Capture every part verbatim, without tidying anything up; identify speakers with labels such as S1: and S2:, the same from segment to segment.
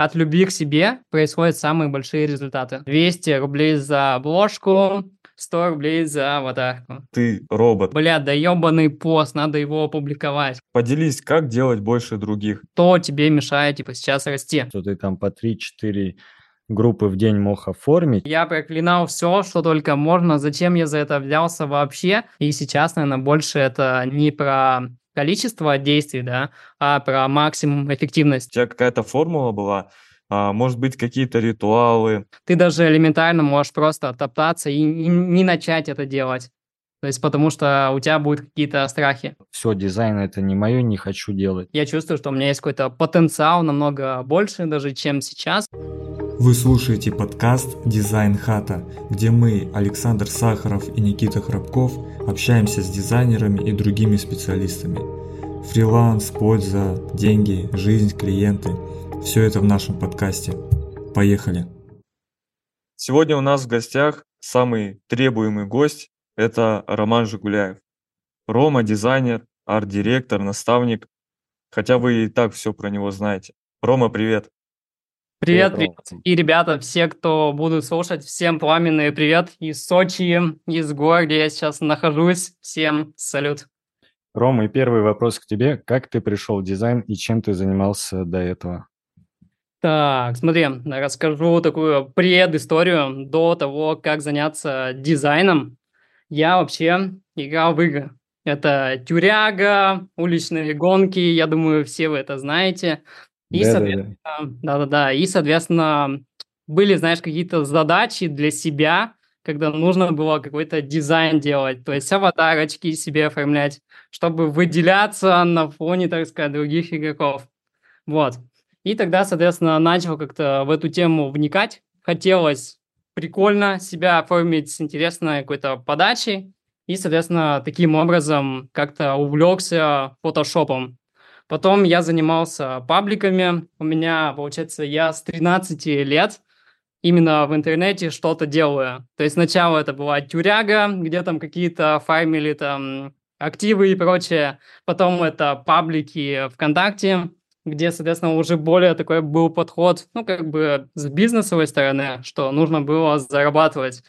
S1: от любви к себе происходят самые большие результаты. двести рублей за обложку, сто рублей за аватарку.
S2: Ты робот.
S1: Бля, да ебаный пост, надо его опубликовать.
S2: Поделись, как делать больше других.
S1: Что тебе мешает, типа, сейчас расти?
S3: Что ты там по три-четыре группы в день мог оформить.
S1: Я проклинал все, что только можно, зачем я за это взялся вообще. И сейчас, наверное, больше это не про количество действий, да, а про максимум
S2: У
S1: эффективность.
S2: тебя какая-то формула была, а, может быть, какие-то ритуалы.
S1: Ты даже элементарно можешь просто оттоптаться и и не начать это делать. То есть потому что у тебя будут какие-то страхи.
S3: Все, дизайн это не мое, не хочу делать.
S1: Я чувствую, что у меня есть какой-то потенциал намного больше даже, чем сейчас.
S4: Вы слушаете подкаст «Дизайн Хата», где мы, Александр Сахаров и Никита Храбков, общаемся с дизайнерами и другими специалистами. Фриланс, польза, деньги, жизнь, клиенты – все это в нашем подкасте. Поехали!
S2: Сегодня у нас в гостях самый требуемый гость – это Роман Жигуляев. Рома – дизайнер, арт-директор, наставник, хотя вы и так все про него знаете. Рома, привет!
S1: Привет,
S3: Привет,
S1: привет. И, ребята, все, кто будут слушать, всем пламенный привет из Сочи, из гор, где я сейчас нахожусь. Всем салют.
S3: Рома, и первый вопрос к тебе. Как ты пришел в дизайн и чем ты занимался до этого?
S1: Так, смотри, расскажу такую предысторию до того, как заняться дизайном. Я вообще играл в игры. Это тюряга, уличные гонки, я думаю, все вы это знаете. И,
S3: Да-да-да.
S1: соответственно, да-да-да, и, соответственно, были, знаешь, какие-то задачи для себя, когда нужно было какой-то дизайн делать, то есть аватарочки себе оформлять, чтобы выделяться на фоне, так сказать, других игроков. Вот. И тогда, соответственно, начал как-то в эту тему вникать. Хотелось прикольно себя оформить с интересной какой-то подачей. И, соответственно, таким образом как-то увлекся фотошопом. Потом я занимался пабликами. У меня, получается, я с тринадцати лет именно в интернете что-то делаю. То есть сначала это была тюряга, где там какие-то фармили там активы и прочее. Потом это паблики ВКонтакте, где, соответственно, уже более такой был подход, ну, как бы с бизнесовой стороны, что нужно было зарабатывать.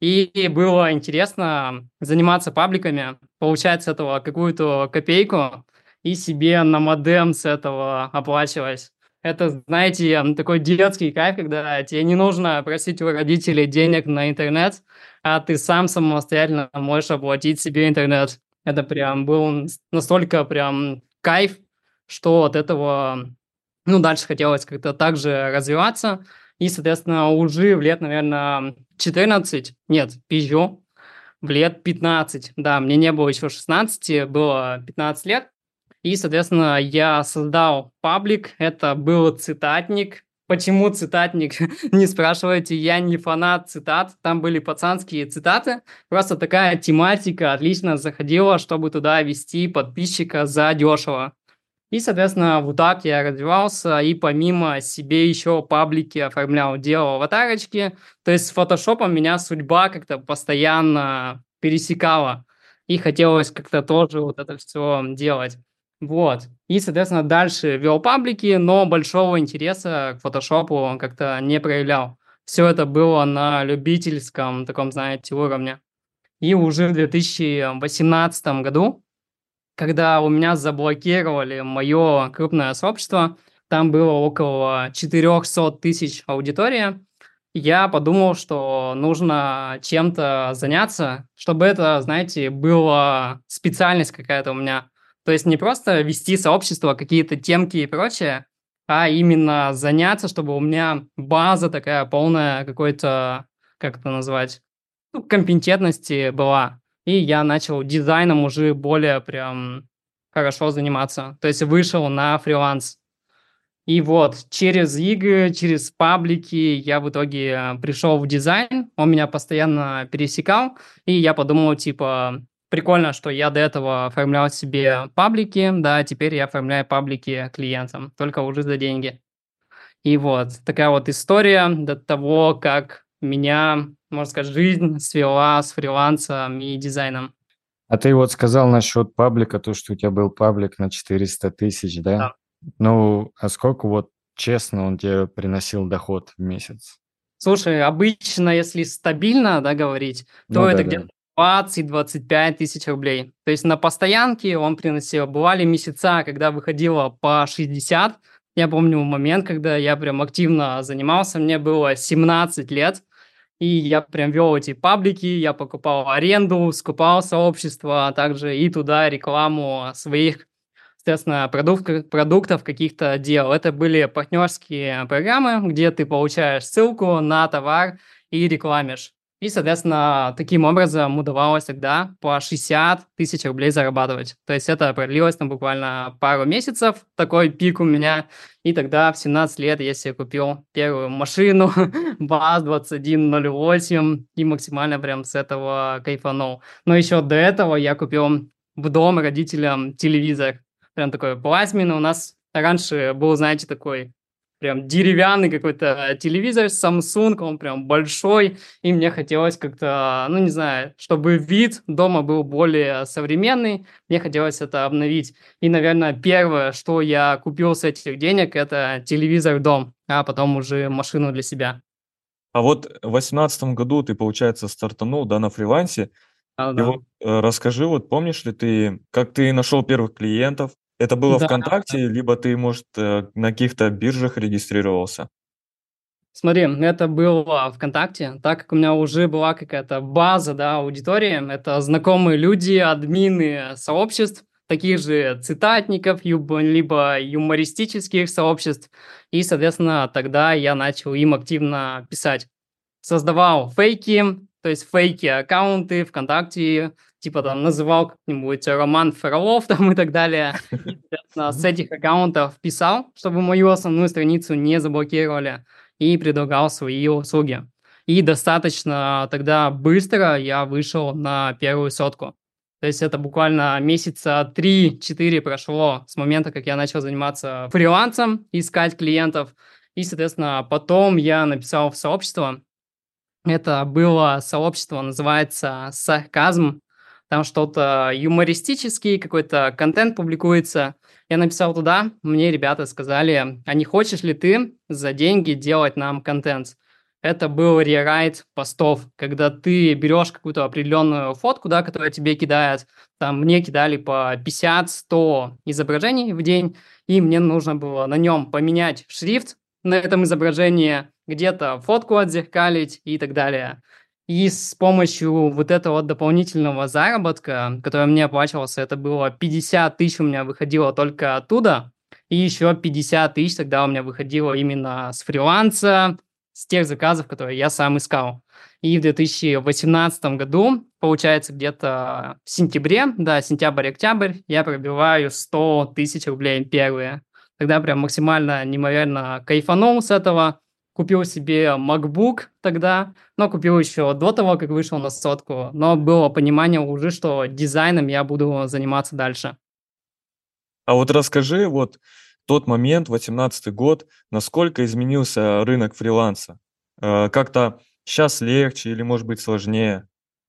S1: И было интересно заниматься пабликами, получать с этого какую-то копейку и себе на модем с этого оплачивать. Это, знаете, такой детский кайф, когда тебе не нужно просить у родителей денег на интернет, а ты сам самостоятельно можешь оплатить себе интернет. Это прям был настолько прям кайф, что от этого, ну, дальше хотелось как-то также развиваться. И, соответственно, уже в лет, наверное, четырнадцать, нет, пизжу, в лет пятнадцать, да, мне не было еще шестнадцати, было пятнадцать лет. И, соответственно, я создал паблик, это был цитатник. Почему цитатник? Не спрашивайте, я не фанат цитат, там были пацанские цитаты. Просто такая тематика отлично заходила, чтобы туда вести подписчика задешево. И, соответственно, вот так я развивался, и помимо себе еще паблики оформлял, делал аватарочки. То есть с фотошопом меня судьба как-то постоянно пересекала. И хотелось как-то тоже вот это все делать. Вот. И, соответственно, дальше вел паблики, но большого интереса к фотошопу как-то не проявлял. Все это было на любительском таком, знаете, уровне. И уже в две тысячи восемнадцатом году, когда у меня заблокировали мое крупное сообщество, там было около четыреста тысяч аудитории, я подумал, что нужно чем-то заняться, чтобы это, знаете, была специальность какая-то у меня. То есть не просто вести сообщество, какие-то темки и прочее, а именно заняться, чтобы у меня база такая полная какой-то, как это назвать, ну, компетентности была. И я начал дизайном уже более прям хорошо заниматься. То есть вышел на фриланс. И вот через игры, через паблики я в итоге э, пришел в дизайн, он меня постоянно пересекал, и я подумал, типа, прикольно, что я до этого оформлял себе паблики, да, теперь я оформляю паблики клиентам, только уже за деньги. И вот такая вот история до того, как меня, можно сказать, жизнь свела с фрилансом и дизайном.
S3: А ты вот сказал насчет паблика, то, что у тебя был паблик на четыреста тысяч, да?
S1: Да.
S3: Ну, а сколько вот честно он тебе приносил доход в месяц?
S1: Слушай, обычно, если стабильно, да, говорить,
S3: Ну
S1: то это
S3: да-да.
S1: где-то двадцать-двадцать пять тысяч рублей. То есть на постоянке он приносил. Бывали месяца, когда выходило по шестьдесят. Я помню момент, когда я прям активно занимался, мне было семнадцать лет, и я прям вел эти паблики, я покупал аренду, скупал сообщество, а также и туда рекламу своих, соответственно, продук- продуктов каких-то делал. Это были партнерские программы, где ты получаешь ссылку на товар и рекламишь. И, соответственно, таким образом удавалось тогда по шестьдесят тысяч рублей зарабатывать. То есть это продлилось там буквально пару месяцев, такой пик у меня. И тогда в семнадцать лет я себе купил первую машину ВАЗ двадцать один ноль восемь и максимально прям с этого кайфанул. Но еще до этого я купил в дом родителям телевизор. Прям такой плазменный. У нас раньше был, знаете, такой прям деревянный какой-то телевизор Samsung, он прям большой, и мне хотелось как-то, ну, не знаю, чтобы вид дома был более современный, мне хотелось это обновить. И, наверное, первое, что я купил с этих денег, это телевизор в дом, а потом уже машину для себя.
S2: А вот в восемнадцатом году ты, получается, стартанул, да, на фрилансе. И
S1: Да,
S2: вот э, расскажи, вот помнишь ли ты, как ты нашел первых клиентов? Это было
S1: да.
S2: ВКонтакте, либо ты, может, э, на каких-то биржах регистрировался?
S1: Смотри, это было ВКонтакте, так как у меня уже была какая-то база, да, аудитории, это знакомые люди, админы сообществ, таких же цитатников, юб- либо юмористических сообществ, и, соответственно, тогда я начал им активно писать. Создавал фейки, то есть фейки аккаунты ВКонтакте, типа там называл как-нибудь Роман Фролов там и так далее. И, соответственно, с этих аккаунтов писал, чтобы мою основную страницу не заблокировали, и предлагал свои услуги. И достаточно тогда быстро я вышел на первую сотку. То есть это буквально месяца три-четыре прошло с момента, как я начал заниматься фрилансом, искать клиентов. И, соответственно, потом я написал в сообщество. Это было сообщество, называется «Сарказм». Там что-то юмористический какой-то контент публикуется. Я написал туда, мне ребята сказали, а не хочешь ли ты за деньги делать нам контент? Это был рерайт постов, когда ты берешь какую-то определенную фотку, да, которая тебе кидает. Там мне кидали по пятьдесят-сто изображений в день, и мне нужно было на нем поменять шрифт на этом изображении, где-то фотку отзеркалить и так далее. И с помощью вот этого дополнительного заработка, который мне оплачивался, это было пятьдесят тысяч у меня выходило только оттуда, и еще пятьдесят тысяч тогда у меня выходило именно с фриланса, с тех заказов, которые я сам искал. И в две тысячи восемнадцатом году, получается, где-то в сентябре, да, сентябрь-октябрь, я пробиваю сто тысяч рублей первые. Тогда прям максимально неимоверно кайфанул с этого. Купил себе MacBook тогда, но купил еще до того, как вышел на сотку. Но было понимание уже, что дизайном я буду заниматься дальше.
S2: А вот расскажи, вот тот момент, восемнадцатый год, насколько изменился рынок фриланса? Э, Как-то сейчас легче или, может быть, сложнее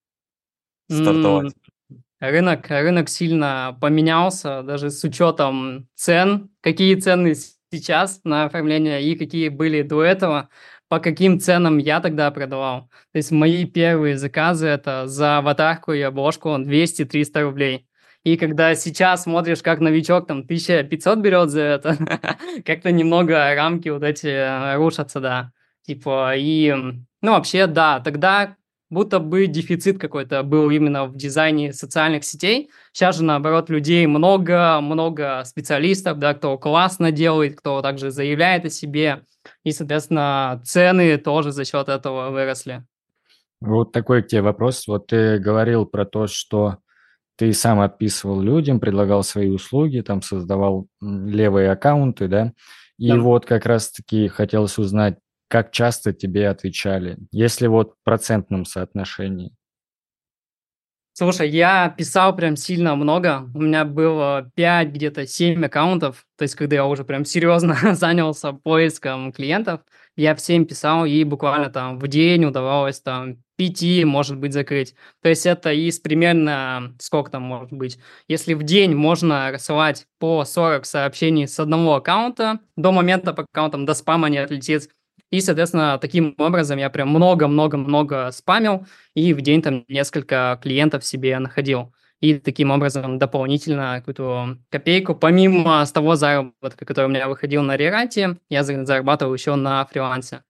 S1: М,
S2: стартовать?
S1: Рынок, рынок сильно поменялся, даже с учетом цен, какие цены с- сейчас на оформление и какие были до этого, по каким ценам я тогда продавал. То есть мои первые заказы это за аватарку и обложку двести-триста рублей. И когда сейчас смотришь, как новичок там тысяча пятьсот берет за это, как-то немного рамки вот эти э, рушатся, да. Типа, и, м, ну, вообще, да, тогда будто бы дефицит какой-то был именно в дизайне социальных сетей. Сейчас же, наоборот, людей много, много специалистов, да, кто классно делает, кто также заявляет о себе. И, соответственно, цены тоже за счет этого выросли.
S3: Вот такой к тебе вопрос. Вот ты говорил про то, что ты сам отписывал людям, предлагал свои услуги, там создавал м, левые аккаунты, да? И
S1: Да.
S3: вот как раз-таки хотелось узнать, как часто тебе отвечали, если вот в процентном соотношении.
S1: Слушай, я писал прям сильно много. У меня было пять, где-то семь аккаунтов. То есть, когда я уже прям серьезно занялся поиском клиентов, я всем писал, и буквально там в день удавалось там пяти, может быть, закрыть. То есть, это из примерно, сколько там может быть, если в день можно рассылать по сорок сообщений с одного аккаунта до момента, пока он там до спама не отлетит. И, соответственно, таким образом я прям много-много-много спамил, и в день там несколько клиентов себе находил. И таким образом дополнительно какую-то копейку, помимо с того заработка, который у меня выходил на рерате, я за- зарабатывал еще на фрилансе.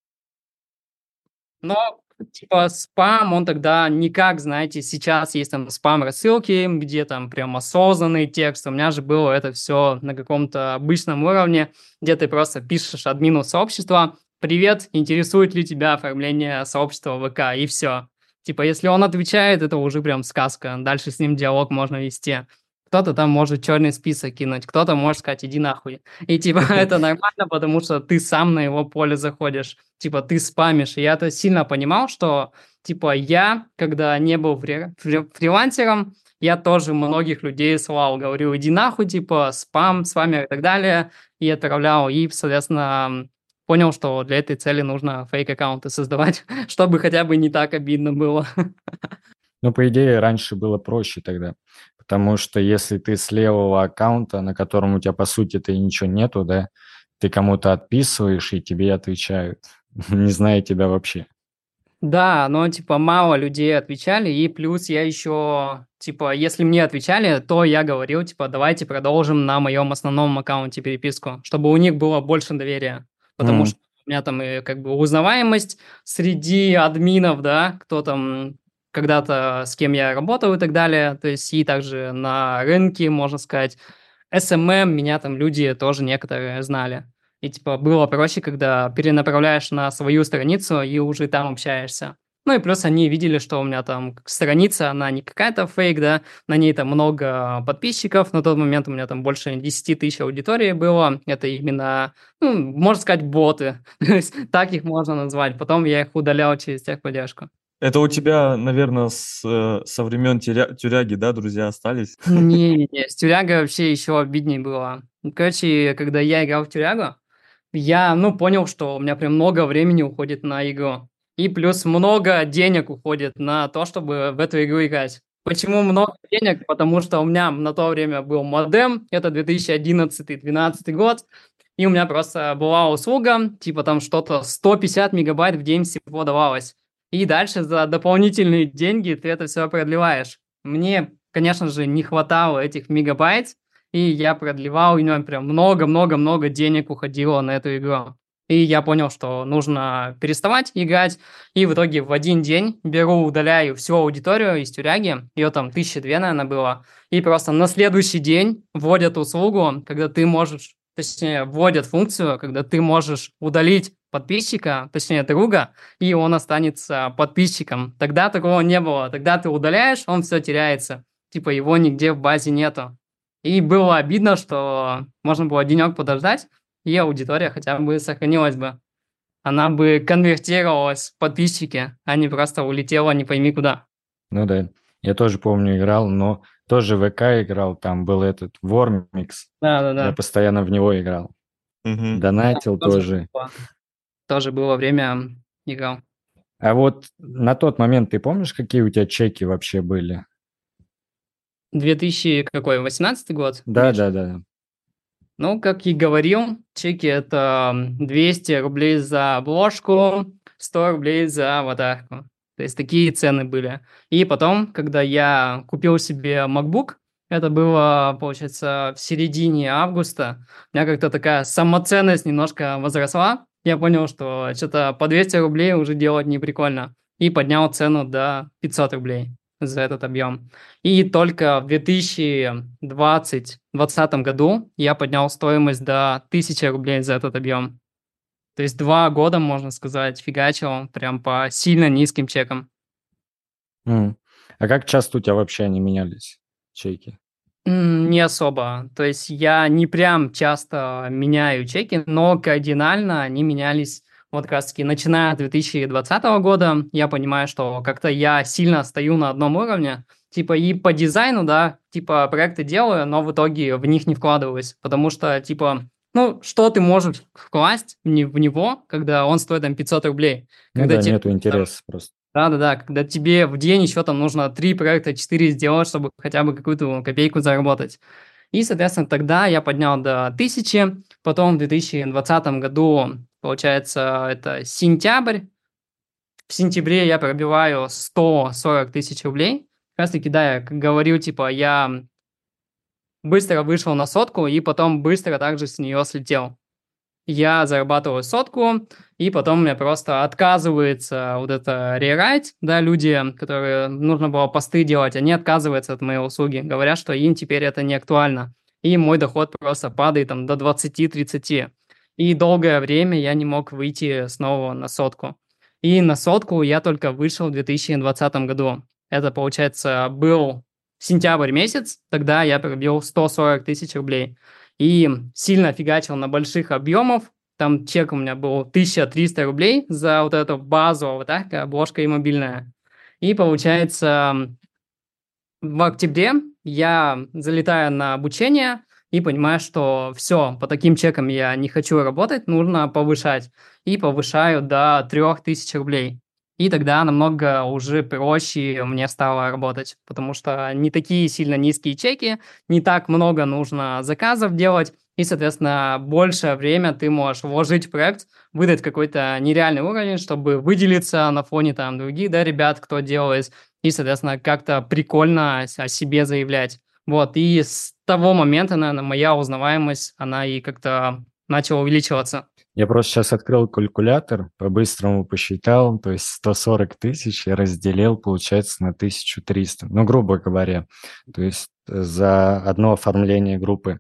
S1: Но, типа, спам, он тогда никак, знаете, сейчас есть там спам-рассылки, где там прям осознанный текст. У меня же было это все на каком-то обычном уровне, где ты просто пишешь админу сообщества: «Привет, интересует ли тебя оформление сообщества вэ ка?» И все. Типа, если он отвечает, это уже прям сказка. Дальше с ним диалог можно вести. Кто-то там может черный список кинуть, кто-то может сказать: «Иди нахуй». И типа это нормально, потому что ты сам на его поле заходишь. Типа ты спамишь. И я это сильно понимал, что типа я, когда не был фри- фри- фрилансером, я тоже многих людей слал. Говорю: «Иди нахуй», типа спам, спамер и так далее. И отправлял. И, соответственно, понял, что для этой цели нужно фейк-аккаунты создавать, чтобы хотя бы не так обидно было.
S3: Ну, по идее, раньше было проще тогда, потому что если ты с левого аккаунта, на котором у тебя, по сути-то и ничего нету, да, ты кому-то отписываешь, и тебе отвечают, не зная тебя вообще.
S1: Да, но типа мало людей отвечали, и плюс я еще, типа, если мне отвечали, то я говорил, типа, давайте продолжим на моем основном аккаунте переписку, чтобы у них было больше доверия, потому
S3: М.
S1: что у меня там и как бы узнаваемость среди админов, да, кто там когда-то с кем я работал и так далее, то есть и также на рынке, можно сказать, эс эм эм меня там люди тоже некоторые знали. И типа было проще, когда перенаправляешь на свою страницу и уже там общаешься. Ну и плюс они видели, что у меня там страница, она не какая-то фейк, да, на ней там много подписчиков. На тот момент у меня там больше десять тысяч аудитории было. Это именно, ну, можно сказать, боты. То есть так их можно назвать. Потом я их удалял через техподдержку.
S2: Это у тебя, наверное, с, э, со времен тюря- тюряги, да, друзья остались?
S1: Не-не-не, с тюрягой вообще еще обиднее было. Ну, короче, когда я играл в тюрягу, я, ну, понял, что у меня прям много времени уходит на игру. И плюс много денег уходит на то, чтобы в эту игру играть. Почему много денег? Потому что у меня на то время был модем, это две тысячи одиннадцатый-двенадцатый год, и у меня просто была услуга, типа там что-то сто пятьдесят мегабайт в день всего давалось. И дальше за дополнительные деньги ты это все продлеваешь. Мне, конечно же, не хватало этих мегабайт, и я продлевал, и у меня прям много-много-много денег уходило на эту игру. И я понял, что нужно переставать играть, и в итоге в один день беру, удаляю всю аудиторию из тюряги, ее там тысячи две, наверное, было, и просто на следующий день вводят услугу, когда ты можешь, точнее, вводят функцию, когда ты можешь удалить подписчика, точнее, друга, и он останется подписчиком. Тогда такого не было. Тогда ты удаляешь, он все теряется. Типа его нигде в базе нету. И было обидно, что можно было денек подождать, и аудитория хотя бы сохранилась бы. Она бы конвертировалась в подписчики, а не просто улетела не пойми куда.
S3: Ну да, я тоже помню играл, но тоже в ВК играл, там был этот Warmix, я
S1: Да-да-да.
S3: постоянно в него играл.
S2: Мгм.
S3: Донатил
S1: Тоже
S3: тоже.
S1: было, тоже было время, играл.
S3: А вот на тот момент ты помнишь, какие у тебя чеки вообще были?
S1: две тысячи какой, восемнадцатый год?
S3: Да, да, да.
S1: Ну, как и говорил, чеки – это двести рублей за обложку, сто рублей за аватарку. То есть такие цены были. И потом, когда я купил себе MacBook, это было, получается, в середине августа, у меня как-то такая самоценность немножко возросла. Я понял, что что-то по двести рублей уже делать не прикольно. И поднял цену до пятьсот рублей за этот объем. И только в две тысячи двадцатом году я поднял стоимость до тысячи рублей за этот объем. То есть два года, можно сказать, фигачил прям по сильно низким чекам.
S3: М. А как часто у тебя вообще они менялись, чеки?
S1: М, Не особо. То есть я не прям часто меняю чеки, но кардинально они менялись Вот как раз-таки начиная с две тысячи двадцатого года я понимаю, что как-то я сильно стою на одном уровне, типа и по дизайну, да, типа проекты делаю, но в итоге в них не вкладываюсь, потому что, типа, ну, что ты можешь вкласть в не- в него, когда он стоит там пятьсот рублей,
S3: Ну
S1: когда
S3: да,
S1: тебе
S3: нету интереса просто.
S1: да-да-да, когда тебе в день еще там нужно три проекта, четыре сделать, чтобы хотя бы какую-то копейку заработать. И, соответственно, тогда я поднял до тысячи, потом в две тысячи двадцатом году, получается, это сентябрь, в сентябре я пробиваю сто сорок тысяч рублей. Как раз таки, да, я как говорил, типа, я быстро вышел на сотку и потом быстро также с нее слетел. Я зарабатываю сотку, и потом у меня просто отказывается вот это рерайт, да, люди, которые нужно было посты делать, они отказываются от моей услуги, говорят, что им теперь это не актуально, и мой доход просто падает там до двадцати-тридцати. И долгое время я не мог выйти снова на сотку. И на сотку я только вышел в две тысячи двадцатом году. Это, получается, был сентябрь месяц, тогда я пробил сто сорок тысяч рублей и сильно фигачил на больших объемов. Там чек у меня был тысяча триста рублей за вот эту базу, вот так, обложка и мобильная. И получается, в октябре я залетаю на обучение и понимаю, что все, по таким чекам я не хочу работать, нужно повышать. И повышаю до трёх тысяч рублей. И тогда намного уже проще мне стало работать, потому что не такие сильно низкие чеки, не так много нужно заказов делать, и, соответственно, большее время ты можешь вложить в проект, выдать какой-то нереальный уровень, чтобы выделиться на фоне там других, да, ребят, кто делает, и, соответственно, как-то прикольно о себе заявлять. Вот, и с того момента, наверное, моя узнаваемость, она и как-то начала увеличиваться.
S3: Я просто сейчас открыл калькулятор, по-быстрому посчитал, то есть сто сорок тысяч я разделил, получается, на тысячу триста, ну, грубо говоря, то есть за одно оформление группы.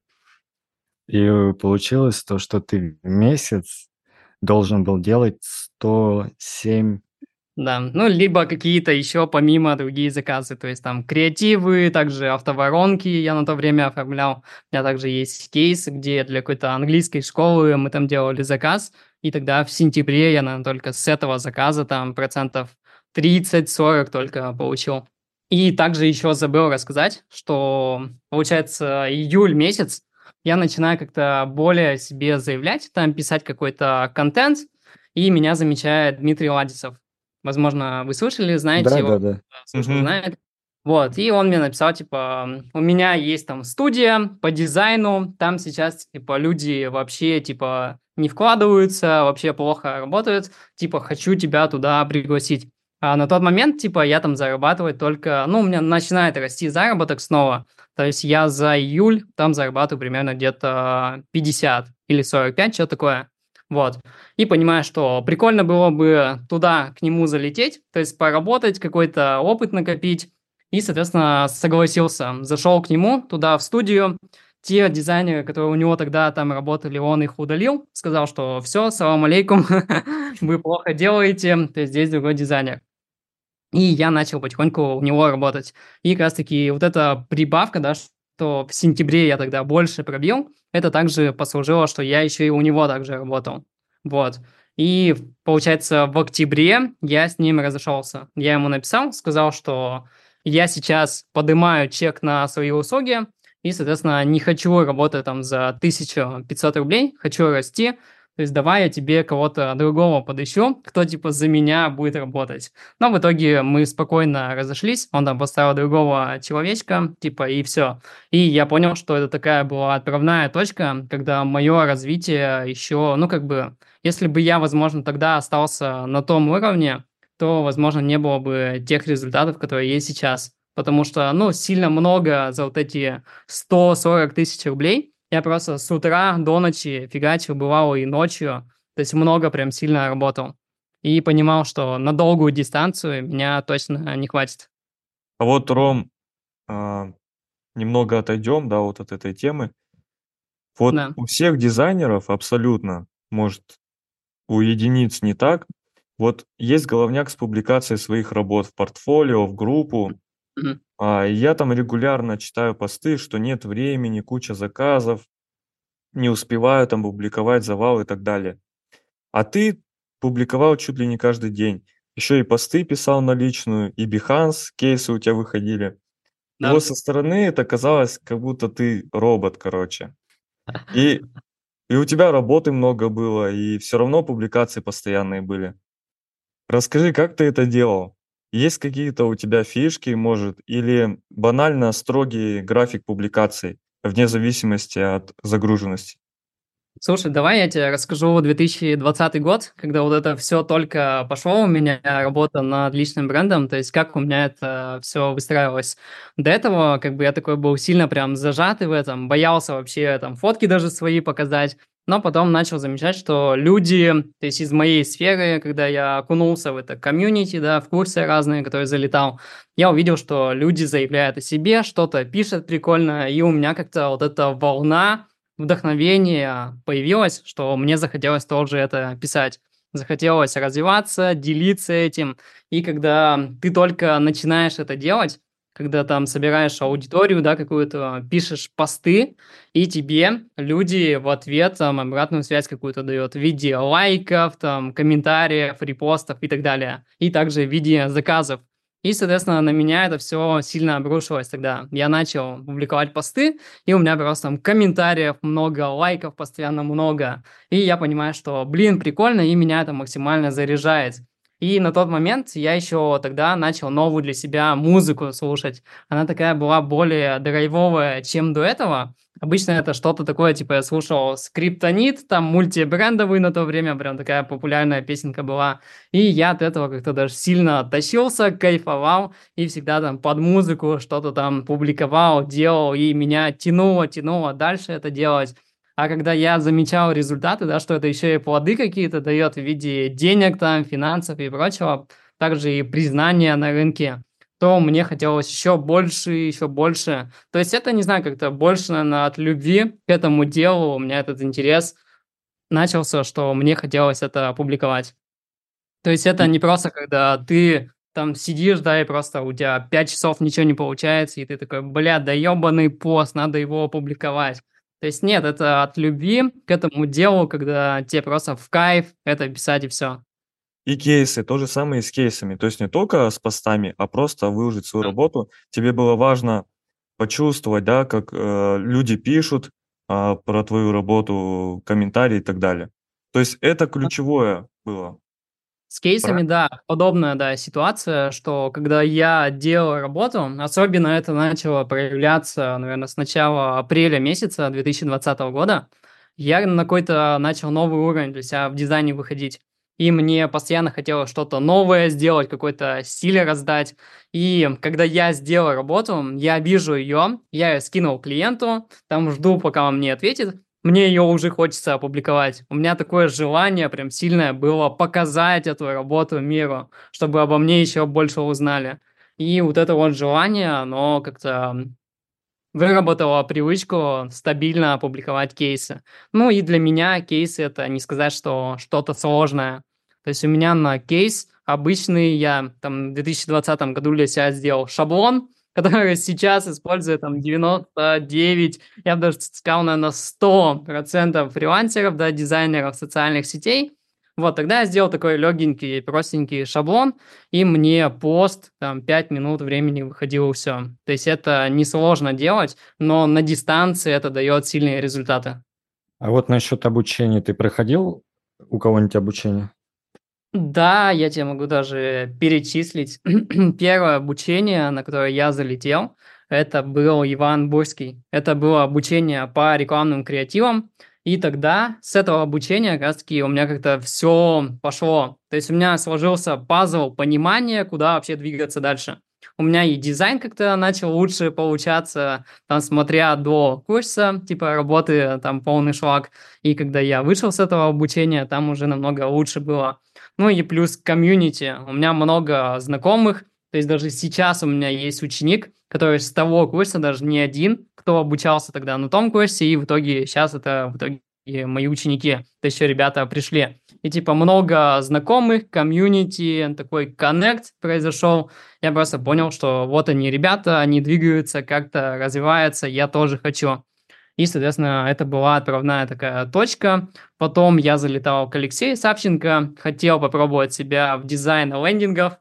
S3: И получилось то, что ты в месяц должен был делать сто семь.
S1: Да, ну, либо какие-то еще помимо другие заказы, то есть там креативы, также автоворонки я на то время оформлял. У меня также есть кейс, где для какой-то английской школы мы там делали заказ, и тогда в сентябре я, наверное, только с этого заказа там процентов тридцать-сорок только получил. И также еще забыл рассказать, что, получается, июль месяц я начинаю как-то более себе заявлять, там писать какой-то контент, и меня замечает Дмитрий Ладисов. Возможно, вы слышали, знаете его,
S3: Да-да-да.
S1: слышал,
S2: Мгм.
S1: знает. Вот, и он мне написал, типа, у меня есть там студия по дизайну, там сейчас, типа, люди вообще, типа, не вкладываются, вообще плохо работают, типа, хочу тебя туда пригласить. А на тот момент, типа, я там зарабатывать только, ну, у меня начинает расти заработок снова, то есть я за июль там зарабатываю примерно где-то пятьдесят или сорок пять, что такое. Вот. И понимаю, что прикольно было бы туда к нему залететь, то есть поработать, какой-то опыт накопить. И, соответственно, согласился. Зашел к нему туда, в студию. Те дизайнеры, которые у него тогда там работали, он их удалил. Сказал, что все, салам алейкум, вы плохо делаете, то есть здесь другой дизайнер. И я начал потихоньку у него работать. И как раз-таки вот эта прибавка, да, что в сентябре я тогда больше пробил, это также послужило, что я еще и у него также работал. Вот. И, получается, в октябре я с ним разошелся. Я ему написал, сказал, что я сейчас поднимаю чек на свои услуги, и, соответственно, не хочу работать там за тысячу пятьсот рублей, хочу расти, то есть давай я тебе кого-то другого подыщу, кто типа за меня будет работать. Но в итоге мы спокойно разошлись, он там поставил другого человечка, типа, и все. И я понял, что это такая была отправная точка, когда мое развитие еще, ну, как бы, если бы я, возможно, тогда остался на том уровне, то, возможно, не было бы тех результатов, которые есть сейчас. Потому что, ну, сильно много за вот эти сто сорок тысяч рублей я просто с утра до ночи фигачил, бывало и ночью, то есть много прям сильно работал. И понимал, что на долгую дистанцию меня точно не хватит.
S2: А вот, Ром, а, немного отойдем, да, вот от этой темы. Вот
S1: Да.
S2: у всех дизайнеров абсолютно, может, у единиц не так. Вот есть головняк с публикацией своих работ в портфолио, в группу.
S1: Мгм.
S2: А и я там регулярно читаю посты, что нет времени, куча заказов, не успеваю там публиковать, завал и так далее. А ты публиковал чуть ли не каждый день. Еще и посты писал на личную, и Behance кейсы у тебя выходили. И
S1: Да.
S2: вот со стороны это казалось, как будто ты робот, короче. И, и у тебя работы много было, и все равно публикации постоянные были. Расскажи, как ты это делал? Есть какие-то у тебя фишки, может, или банально строгий график публикаций, вне зависимости от загруженности?
S1: Слушай, давай я тебе расскажу две тысячи двадцатый год, когда вот это все только пошло у меня, работа над личным брендом, то есть как у меня это все выстраивалось. До этого как бы я такой был сильно прям зажатый в этом, боялся вообще там фотки даже свои показать, но потом начал замечать, что люди, то есть из моей сферы, когда я окунулся в это комьюнити, да, в курсы разные, которые залетал, я увидел, что люди заявляют о себе, что-то пишут прикольно, и у меня как-то вот эта волна вдохновение появилось, что мне захотелось тоже это писать. Захотелось развиваться, делиться этим. И когда ты только начинаешь это делать, когда там собираешь аудиторию, да, какую-то, пишешь посты, и тебе люди в ответ там обратную связь какую-то дают в виде лайков, там, комментариев, репостов и так далее. И также в виде заказов. И, соответственно, на меня это все сильно обрушилось тогда. Я начал публиковать посты, и у меня просто там комментариев много, лайков постоянно много. И я понимаю, что, блин, прикольно, и меня это максимально заряжает. И на тот момент я еще тогда начал новую для себя музыку слушать. Она такая была более драйвовая, чем до этого. Обычно это что-то такое, типа я слушал Скриптонит, там мультибрендовый на то время, прям такая популярная песенка была. И я от этого как-то даже сильно оттащился, кайфовал, и всегда там под музыку что-то там публиковал, делал, и меня тянуло, тянуло дальше это делать. А когда я замечал результаты, да, что это еще и плоды какие-то дает в виде денег, там, финансов и прочего, также и признания на рынке, то мне хотелось еще больше, еще больше. То есть это, не знаю, как-то больше, наверное, от любви к этому делу у меня этот интерес начался, что мне хотелось это опубликовать. То есть это
S2: И,
S1: не просто, когда ты там сидишь, да, и просто у тебя пять часов ничего не получается, и ты такой, бля, да ебаный пост, надо его опубликовать. То есть нет, это от любви к этому делу, когда тебе просто в кайф это писать и все.
S2: и кейсы, то же самое и с кейсами. То есть не только с постами, а просто выложить свою работу. Тебе было важно почувствовать, да, как э, люди пишут а, про твою работу, комментарии и так далее. То есть это ключевое было.
S1: С кейсами,
S2: Правильно?
S1: да, подобная, да, ситуация, что когда я делал работу, особенно это начало проявляться, наверное, с начала апреля месяца две тысячи двадцатого года, я на какой-то начал новый уровень для себя в дизайне выходить. И мне постоянно хотелось что-то новое сделать, какой-то стиль раздать. И когда я сделал работу, я вижу ее, я ее скинул клиенту, там жду, пока он мне ответит, мне ее уже хочется опубликовать. У меня такое желание прям сильное было показать эту работу миру, чтобы обо мне еще больше узнали. И вот это вот желание, оно как-то выработало привычку стабильно публиковать кейсы. Ну и для меня кейсы это не сказать, что что-то сложное. То есть у меня на кейс обычный, я там в две тысячи двадцатом году для себя сделал шаблон, который сейчас использует там девяносто девять, я бы даже сказал, наверное, сто процентов фрилансеров, да, дизайнеров социальных сетей. Вот, тогда я сделал такой легенький, простенький шаблон, и мне пост, там, пять минут времени выходило все. То есть это несложно делать, но на дистанции это дает сильные результаты.
S3: А вот насчет обучения, ты проходил у кого-нибудь обучение?
S1: Да, я тебе могу даже перечислить. Первое обучение, на которое я залетел, это был Иван Бурский. Это было обучение по рекламным креативам. И тогда с этого обучения как раз-таки у меня как-то все пошло. То есть у меня сложился пазл понимания, куда вообще двигаться дальше. У меня и дизайн как-то начал лучше получаться, там, смотря до курса, типа работы, там, полный шлак. И когда я вышел с этого обучения, там уже намного лучше было. Ну и плюс комьюнити. У меня много знакомых, то есть даже сейчас у меня есть ученик, который с того курса, даже не один, кто обучался тогда на том курсе, и в итоге сейчас это в итоге мои ученики, то есть еще ребята пришли. И типа много знакомых, комьюнити, такой коннект произошел. Я просто понял, что вот они ребята, они двигаются, как-то развиваются, я тоже хочу. И, соответственно, это была отправная такая точка. Потом я залетал к Алексею Савченко, хотел попробовать себя в дизайне лендингов.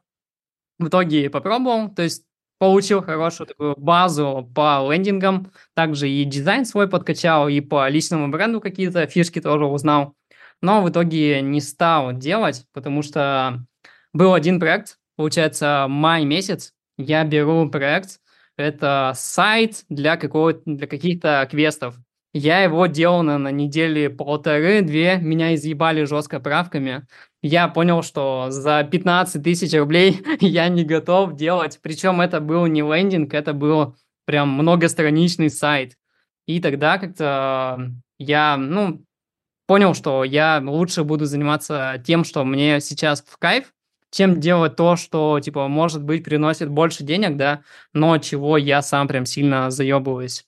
S1: В итоге попробовал, то есть получил хорошую такую базу по лендингам, также и дизайн свой подкачал, и по личному бренду какие-то фишки тоже узнал. Но в итоге не стал делать, потому что был один проект, получается, май месяц. Я беру проект, это сайт для, какого для каких-то квестов. Я его делал на, на недели полторы-две, меня изъебали жестко правками. Я понял, что за пятнадцать тысяч рублей я не готов делать. Причем это был не лендинг, это был прям многостраничный сайт. И тогда как-то я, ну, понял, что я лучше буду заниматься тем, что мне сейчас в кайф, чем делать то, что, типа, может быть, приносит больше денег, да, но чего я сам прям сильно заебываюсь.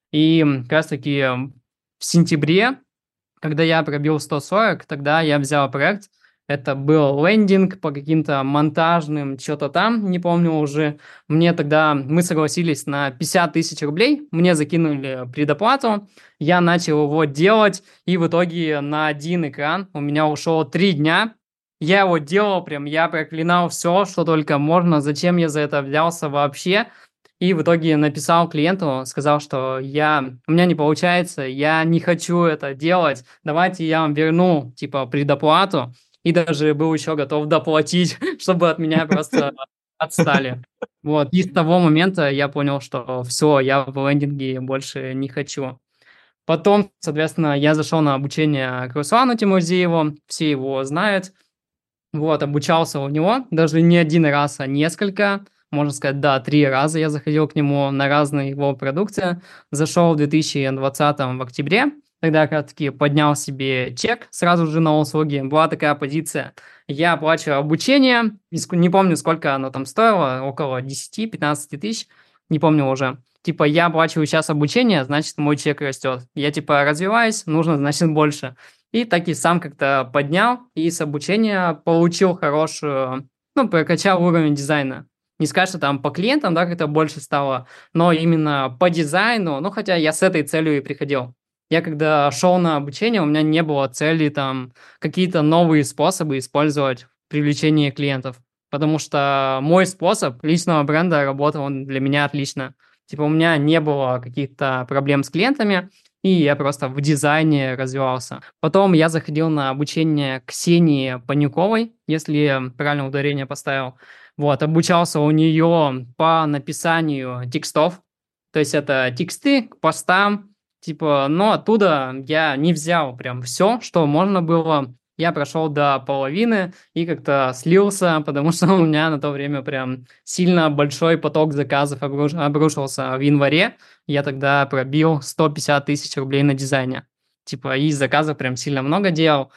S1: И как раз-таки в сентябре, когда я пробил сто сорок, тогда я взял проект. Это был лендинг по каким-то монтажным, что-то там, не помню уже. Мне тогда, мы согласились на пятьдесят тысяч рублей, мне закинули предоплату, я начал его делать, и в итоге на один экран у меня ушло три дня. Я его делал прям, я проклинал все, что только можно, зачем я за это взялся вообще. И в итоге написал клиенту, сказал, что я, у меня не получается, я не хочу это делать, давайте я вам верну, типа, предоплату. И даже был еще готов доплатить, чтобы от меня просто отстали. Вот. И с того момента я понял, что все, я в лендинге больше не хочу. Потом, соответственно, я зашел на обучение к Руслану Тимурзиеву, все его знают. Вот, обучался у него, даже не один раз, а несколько, можно сказать, да, три раза я заходил к нему на разные его продукции. Зашел в две тысячи двадцатом в октябре, тогда как раз-таки поднял себе чек сразу же на услуги. Была такая позиция, я оплачиваю обучение, не помню, сколько оно там стоило, около десять-пятнадцать тысяч, не помню уже. Типа, я оплачиваю сейчас обучение, значит, мой чек растет. Я, типа, развиваюсь, нужно, значит, больше. И так и сам как-то поднял, и с обучения получил хорошую, ну, прокачал уровень дизайна. Не сказать, что там по клиентам, да, как-то больше стало, но именно по дизайну, ну, хотя я с этой целью и приходил. Я когда шел на обучение, у меня не было цели там какие-то новые способы использовать в привлечении клиентов, потому что мой способ личного бренда работал он для меня отлично. Типа у меня не было каких-то проблем с клиентами, и я просто в дизайне развивался. Потом я заходил на обучение Ксении Панюковой, если я правильно ударение поставил. Вот, обучался у нее по написанию текстов, то есть это тексты к постам, типа, но оттуда я не взял прям все, что можно было. Я прошел до половины и как-то слился, потому что у меня на то время прям сильно большой поток заказов обруш... обрушился в январе. Я тогда пробил сто пятьдесят тысяч рублей на дизайне. Типа, и заказов прям сильно много делал.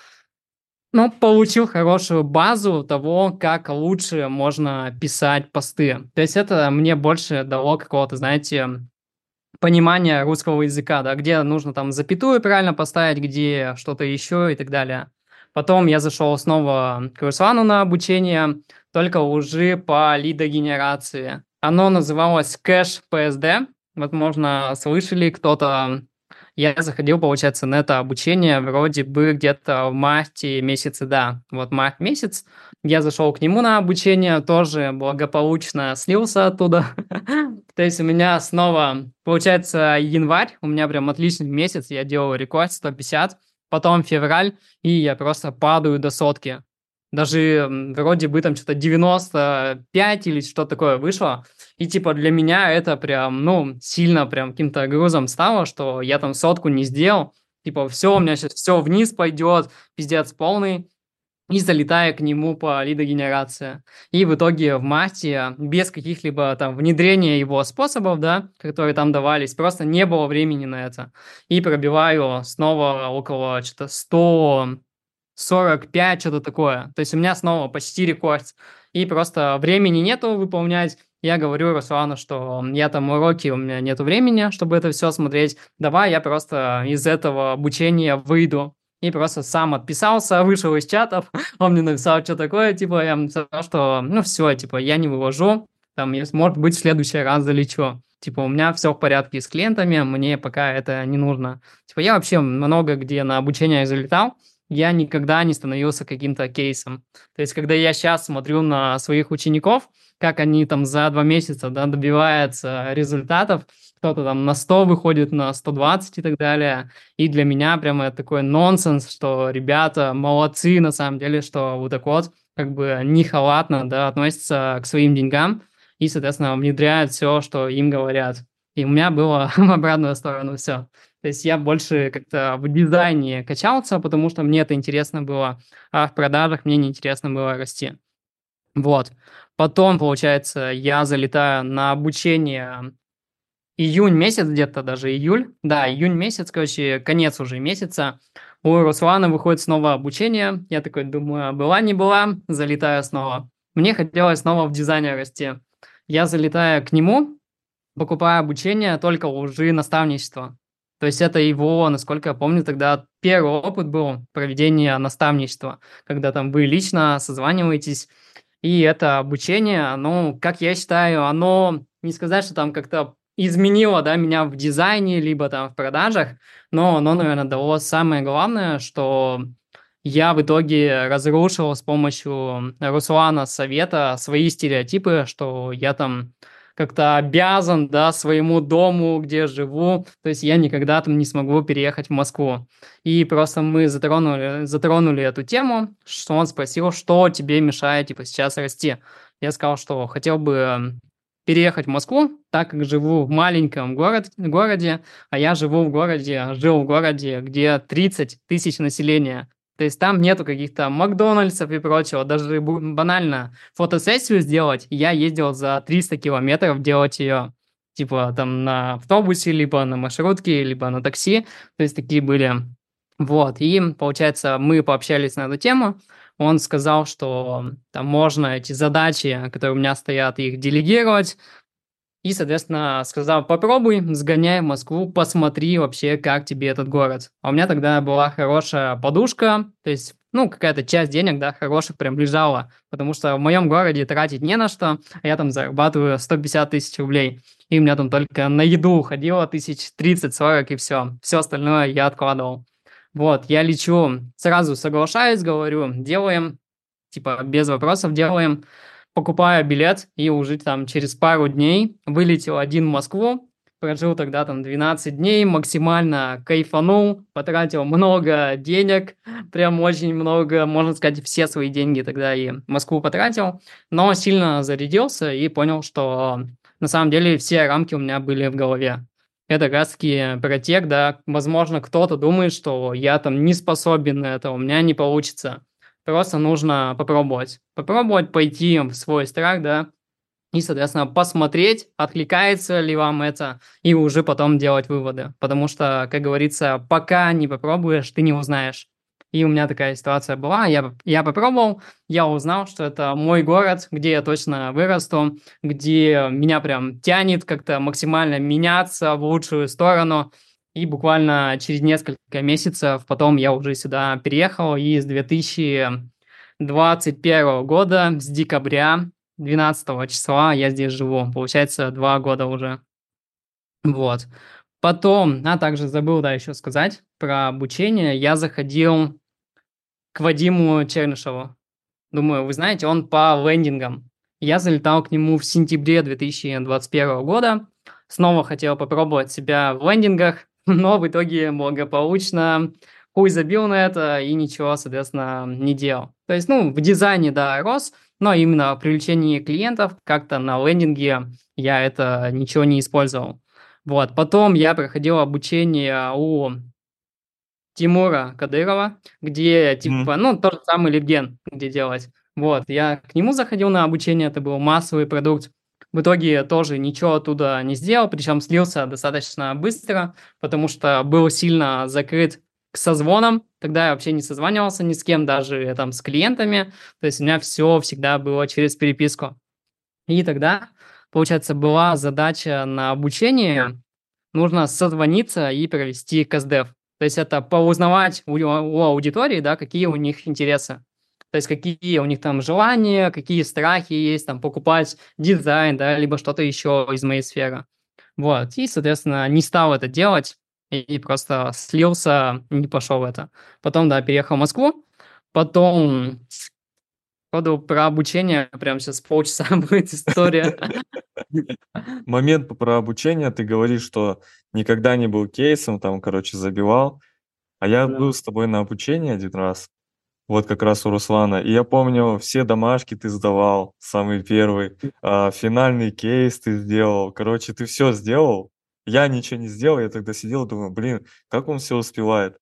S1: Но получил хорошую базу того, как лучше можно писать посты. То есть это мне больше дало какого-то, знаете, понимания русского языка, да, где нужно там запятую правильно поставить, где что-то еще и так далее. Потом я зашел снова к Руслану на обучение, только уже по лидогенерации. Оно называлось Cash пи эс ди. Возможно, слышали кто-то. Я заходил, получается, на это обучение вроде бы где-то в марте месяце, да. Вот март месяц. Я зашел к нему на обучение, тоже благополучно слился оттуда. То есть у меня снова, получается, январь, у меня прям отличный месяц, я делал рекорд сто пятьдесят. Потом февраль, и я просто падаю до сотки. Даже вроде бы там что-то девяносто пять или что такое вышло. И типа для меня это прям, ну, сильно прям каким-то грузом стало, что я там сотку не сделал. Типа все, у меня сейчас все вниз пойдет, пиздец полный. И залетая к нему по лидогенерации. И в итоге в марте без каких-либо там внедрения его способов, да, которые там давались, просто не было времени на это. И пробиваю снова около что-то сто сорок пять, что-то такое. То есть у меня снова почти рекорд. И просто времени нету выполнять. Я говорю Руслану, что я там уроки, у меня нету времени, чтобы это все смотреть. Давай я просто из этого обучения выйду. И просто сам отписался, вышел из чатов, он мне написал, что такое, типа, я ему сказал, что, ну, все, типа, я не вывожу, там, может быть, в следующий раз залечу. Типа, у меня все в порядке с клиентами, мне пока это не нужно. Типа, я вообще много где на обучение залетал, я никогда не становился каким-то кейсом. То есть, когда я сейчас смотрю на своих учеников, как они там за два месяца, да, добиваются результатов, кто-то там на сто выходит, на сто двадцать и так далее. И для меня прямо это такой нонсенс, что ребята молодцы на самом деле, что вот так вот как бы не халатно, да, относятся к своим деньгам и, соответственно, внедряют все, что им говорят. И у меня было в обратную сторону все. То есть я больше как-то в дизайне качался, потому что мне это интересно было, а в продажах мне неинтересно было расти. Вот. Потом, получается, я залетаю на обучение июнь месяц, где-то даже июль. Да, июнь месяц, короче, конец уже месяца. У Руслана выходит снова обучение. Я такой думаю, была не была, залетаю снова. Мне хотелось снова в дизайне расти. Я залетаю к нему, покупаю обучение, только уже наставничество. То есть это его, насколько я помню, тогда первый опыт был проведения наставничества, когда там вы лично созваниваетесь, и это обучение, ну, как я считаю, оно, не сказать, что там как-то изменило, да, меня в дизайне, либо там в продажах, но оно, наверное, дало самое главное, что я в итоге разрушил с помощью Руслана совета свои стереотипы, что я там как-то обязан, да, своему дому, где живу, то есть я никогда там не смогу переехать в Москву. И просто мы затронули, затронули эту тему, что он спросил, что тебе мешает, типа, сейчас расти. Я сказал, что хотел бы переехать в Москву, так как живу в маленьком город, городе, а я живу в городе, жил в городе, где тридцать тысяч населения. То есть там нету каких-то Макдональдсов и прочего. Даже банально фотосессию сделать, я ездил за триста километров делать ее. Типа там на автобусе, либо на маршрутке, либо на такси. То есть такие были. Вот. И, получается, мы пообщались на эту тему. Он сказал, что там можно эти задачи, которые у меня стоят, их делегировать. И, соответственно, сказал, попробуй, сгоняй в Москву, посмотри вообще, как тебе этот город. А у меня тогда была хорошая подушка, то есть, ну, какая-то часть денег, да, хороших прям лежала, потому что в моем городе тратить не на что, а я там зарабатываю сто пятьдесят тысяч рублей. И у меня там только на еду уходило тысяч тридцать-сорок, и все. Все остальное я откладывал. Вот, я лечу, сразу соглашаюсь, говорю, делаем, типа, без вопросов делаем. Покупаю билет, и уже там через пару дней вылетел один в Москву, прожил тогда там двенадцать дней, максимально кайфанул, потратил много денег, прям очень много, можно сказать, все свои деньги тогда и в Москву потратил, но сильно зарядился и понял, что на самом деле все рамки у меня были в голове. Это как раз таки про тех, да, возможно, кто-то думает, что я там не способен на это, у меня не получится. Просто нужно попробовать. Попробовать пойти в свой страх, да, и, соответственно, посмотреть, откликается ли вам это, и уже потом делать выводы. Потому что, как говорится, пока не попробуешь, ты не узнаешь. И у меня такая ситуация была, я, я попробовал, я узнал, что это мой город, где я точно вырасту, где меня прям тянет как-то максимально меняться в лучшую сторону. И буквально через несколько месяцев потом я уже сюда переехал, и с две тысячи двадцать первого года, с декабря двенадцатого числа я здесь живу. Получается, два года уже. Вот. Потом, а также забыл, да, еще сказать про обучение. Я заходил к Вадиму Чернышеву. Думаю, вы знаете, он по лендингам. Я залетал к нему в сентябре две тысячи двадцать первого года. Снова хотел попробовать себя в лендингах, но в итоге благополучно хуй забил на это и ничего, соответственно, не делал. То есть, ну, в дизайне, да, рос, но именно в привлечении клиентов как-то на лендинге я это ничего не использовал. Вот, потом я проходил обучение у Тимура Кадырова, где, типа,
S2: Мгм.
S1: ну, тот же самый Литген, где делать. Вот, я к нему заходил на обучение, это был массовый продукт. В итоге тоже ничего оттуда не сделал, причем слился достаточно быстро, потому что был сильно закрыт к созвонам. Тогда я вообще не созванивался ни с кем, даже там с клиентами. То есть у меня все всегда было через переписку. И тогда, получается, была задача на обучение, нужно созвониться и провести КСДФ. То есть это поузнавать у, у аудитории, да, какие у них интересы. То есть какие у них там желания, какие страхи есть, там, покупать дизайн, да, либо что-то еще из моей сферы. Вот, и, соответственно, не стал это делать, и, и просто слился, не пошел в это. Потом, да, переехал в Москву, потом, походу, про обучение, прям сейчас полчаса будет история.
S2: Момент п- про обучение, ты говоришь, что никогда не был кейсом, там, короче, забивал. А я
S1: Да.
S2: был с тобой на обучении один раз, вот как раз у Руслана. И я помню, все домашки ты сдавал, самый первый. а, финальный кейс ты сделал. Короче, ты все сделал. Я ничего не сделал. Я тогда сидел и думаю, блин, как он все успевает.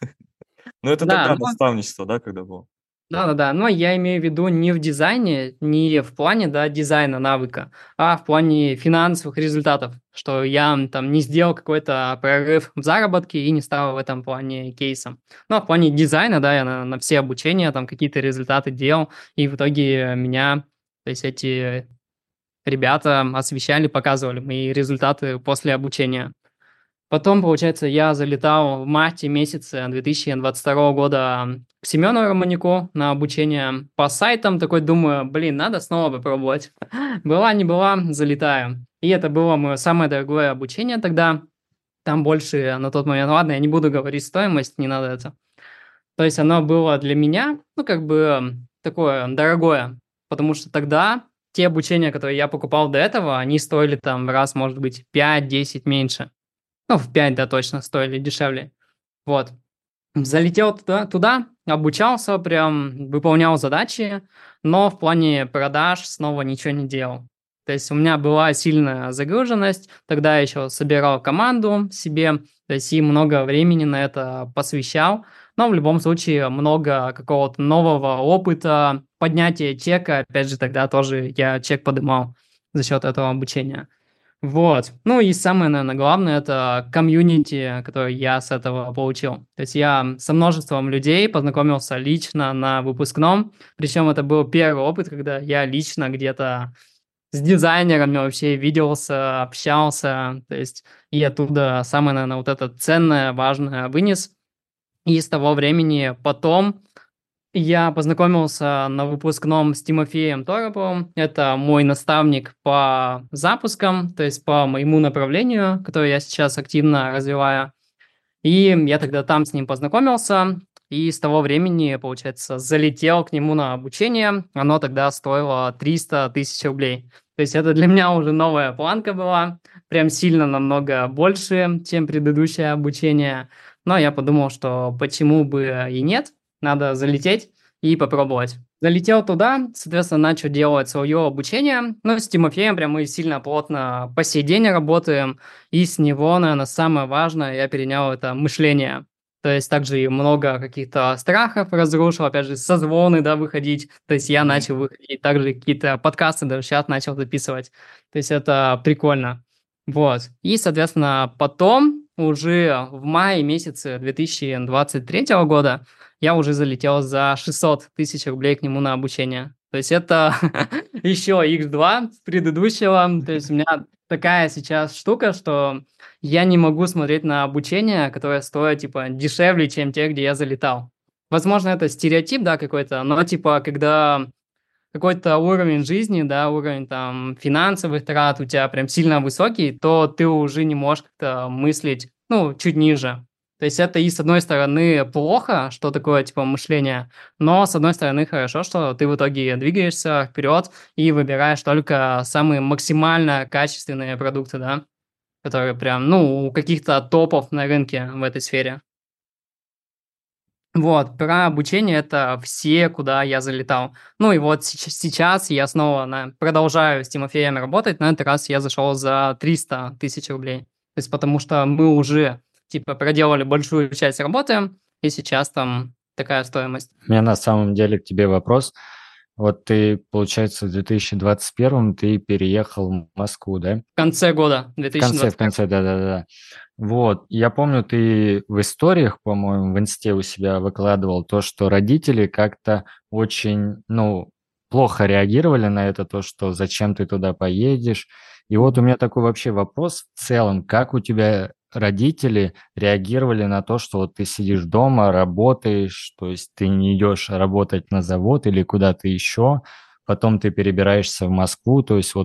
S2: Ну, это
S1: Да,
S2: тогда
S1: ну,
S2: наставничество, да, когда было?
S1: да-да-да, но я имею в виду не в дизайне, не в плане, да, дизайна навыка, а в плане финансовых результатов, что я м, там не сделал какой-то прорыв в заработке и не стал в этом плане кейсом. Но в плане дизайна, да, я на, на все обучения там какие-то результаты делал, и в итоге меня, то есть эти ребята освещали, показывали мои результаты после обучения. Потом, получается, я залетал в марте месяце две тысячи двадцать второго года к Семену Романюку на обучение по сайтам. Такой думаю, блин, надо снова попробовать. Была, не была, залетаю. И это было мое самое дорогое обучение тогда. Там больше на тот момент, ладно, я не буду говорить стоимость, не надо это. То есть оно было для меня, ну, как бы м, такое дорогое, потому что тогда те обучения, которые я покупал до этого, они стоили там в раз, может быть, пять-десять меньше. Ну, в пять, да, точно, стоили дешевле. Вот. Залетел туда, туда, обучался, прям выполнял задачи, но в плане продаж снова ничего не делал. То есть у меня была сильная загруженность, тогда я еще собирал команду себе, то есть и много времени на это посвящал, но в любом случае много какого-то нового опыта, поднятия чека, опять же, тогда тоже я чек подымал за счет этого обучения. Вот. Ну и самое, наверное, главное, это комьюнити, которое я с этого получил. То есть я со множеством людей познакомился лично на выпускном, причем это был первый опыт, когда я лично где-то с дизайнерами вообще виделся, общался, то есть и оттуда самое, наверное, вот это ценное, важное вынес. И с того времени потом я познакомился на выпускном с Тимофеем Тороповым. Это мой наставник по запускам, то есть по моему направлению, которое я сейчас активно развиваю. И я тогда там с ним познакомился, и с того времени, получается, залетел к нему на обучение. Оно тогда стоило триста тысяч рублей. То есть это для меня уже новая планка была, прям сильно намного больше, чем предыдущее обучение. Но я подумал, что почему бы и нет, надо залететь и попробовать. Залетел туда, соответственно, начал делать свое обучение. Ну, с Тимофеем прям мы сильно плотно по сей день работаем. И с него, наверное, самое важное, я перенял это мышление. То есть также и много каких-то страхов разрушил, опять же, созвоны, да, выходить. То есть я
S2: Мгм.
S1: начал выходить, также какие-то подкасты даже сейчас начал записывать. То есть это прикольно. Вот. И, соответственно, потом уже в мае месяце две тысячи двадцать третьего года я уже залетел за шестьсот тысяч рублей к нему на обучение. То есть это еще икс два предыдущего. То есть у меня такая сейчас штука, что я не могу смотреть на обучение, которое стоит, типа, дешевле, чем те, где я залетал. Возможно, это стереотип, да, какой-то, но, типа, когда какой-то уровень жизни, да, уровень там финансовых трат у тебя прям сильно высокий, то ты уже не можешь как-то мыслить, ну, чуть ниже. То есть это и с одной стороны плохо, что такое типа мышление, но с одной стороны хорошо, что ты в итоге двигаешься вперед и выбираешь только самые максимально качественные продукты, да, которые прям, ну, у каких-то топов на рынке в этой сфере. Вот, про обучение это все, куда я залетал. Ну и вот сеч- сейчас я снова на- продолжаю с Тимофеем работать, на этот раз я зашел за триста тысяч рублей. То есть потому что мы уже, типа, проделали большую часть работы, и сейчас там такая стоимость.
S3: У меня на самом деле к тебе вопрос. Вот ты, получается, в две тысячи двадцать первом ты переехал в Москву, да?
S1: В конце года
S3: В конце, в
S1: две тысячи двадцать первого.
S3: конце, да-да-да. Вот, я помню, ты в историях, по-моему, в инсте у себя выкладывал то, что родители как-то очень, ну, плохо реагировали на это, то, что зачем ты туда поедешь. И вот у меня такой вообще вопрос в целом, как у тебя родители реагировали на то, что вот ты сидишь дома, работаешь, то есть ты не идешь работать на завод или куда-то еще, потом ты перебираешься в Москву, то есть вот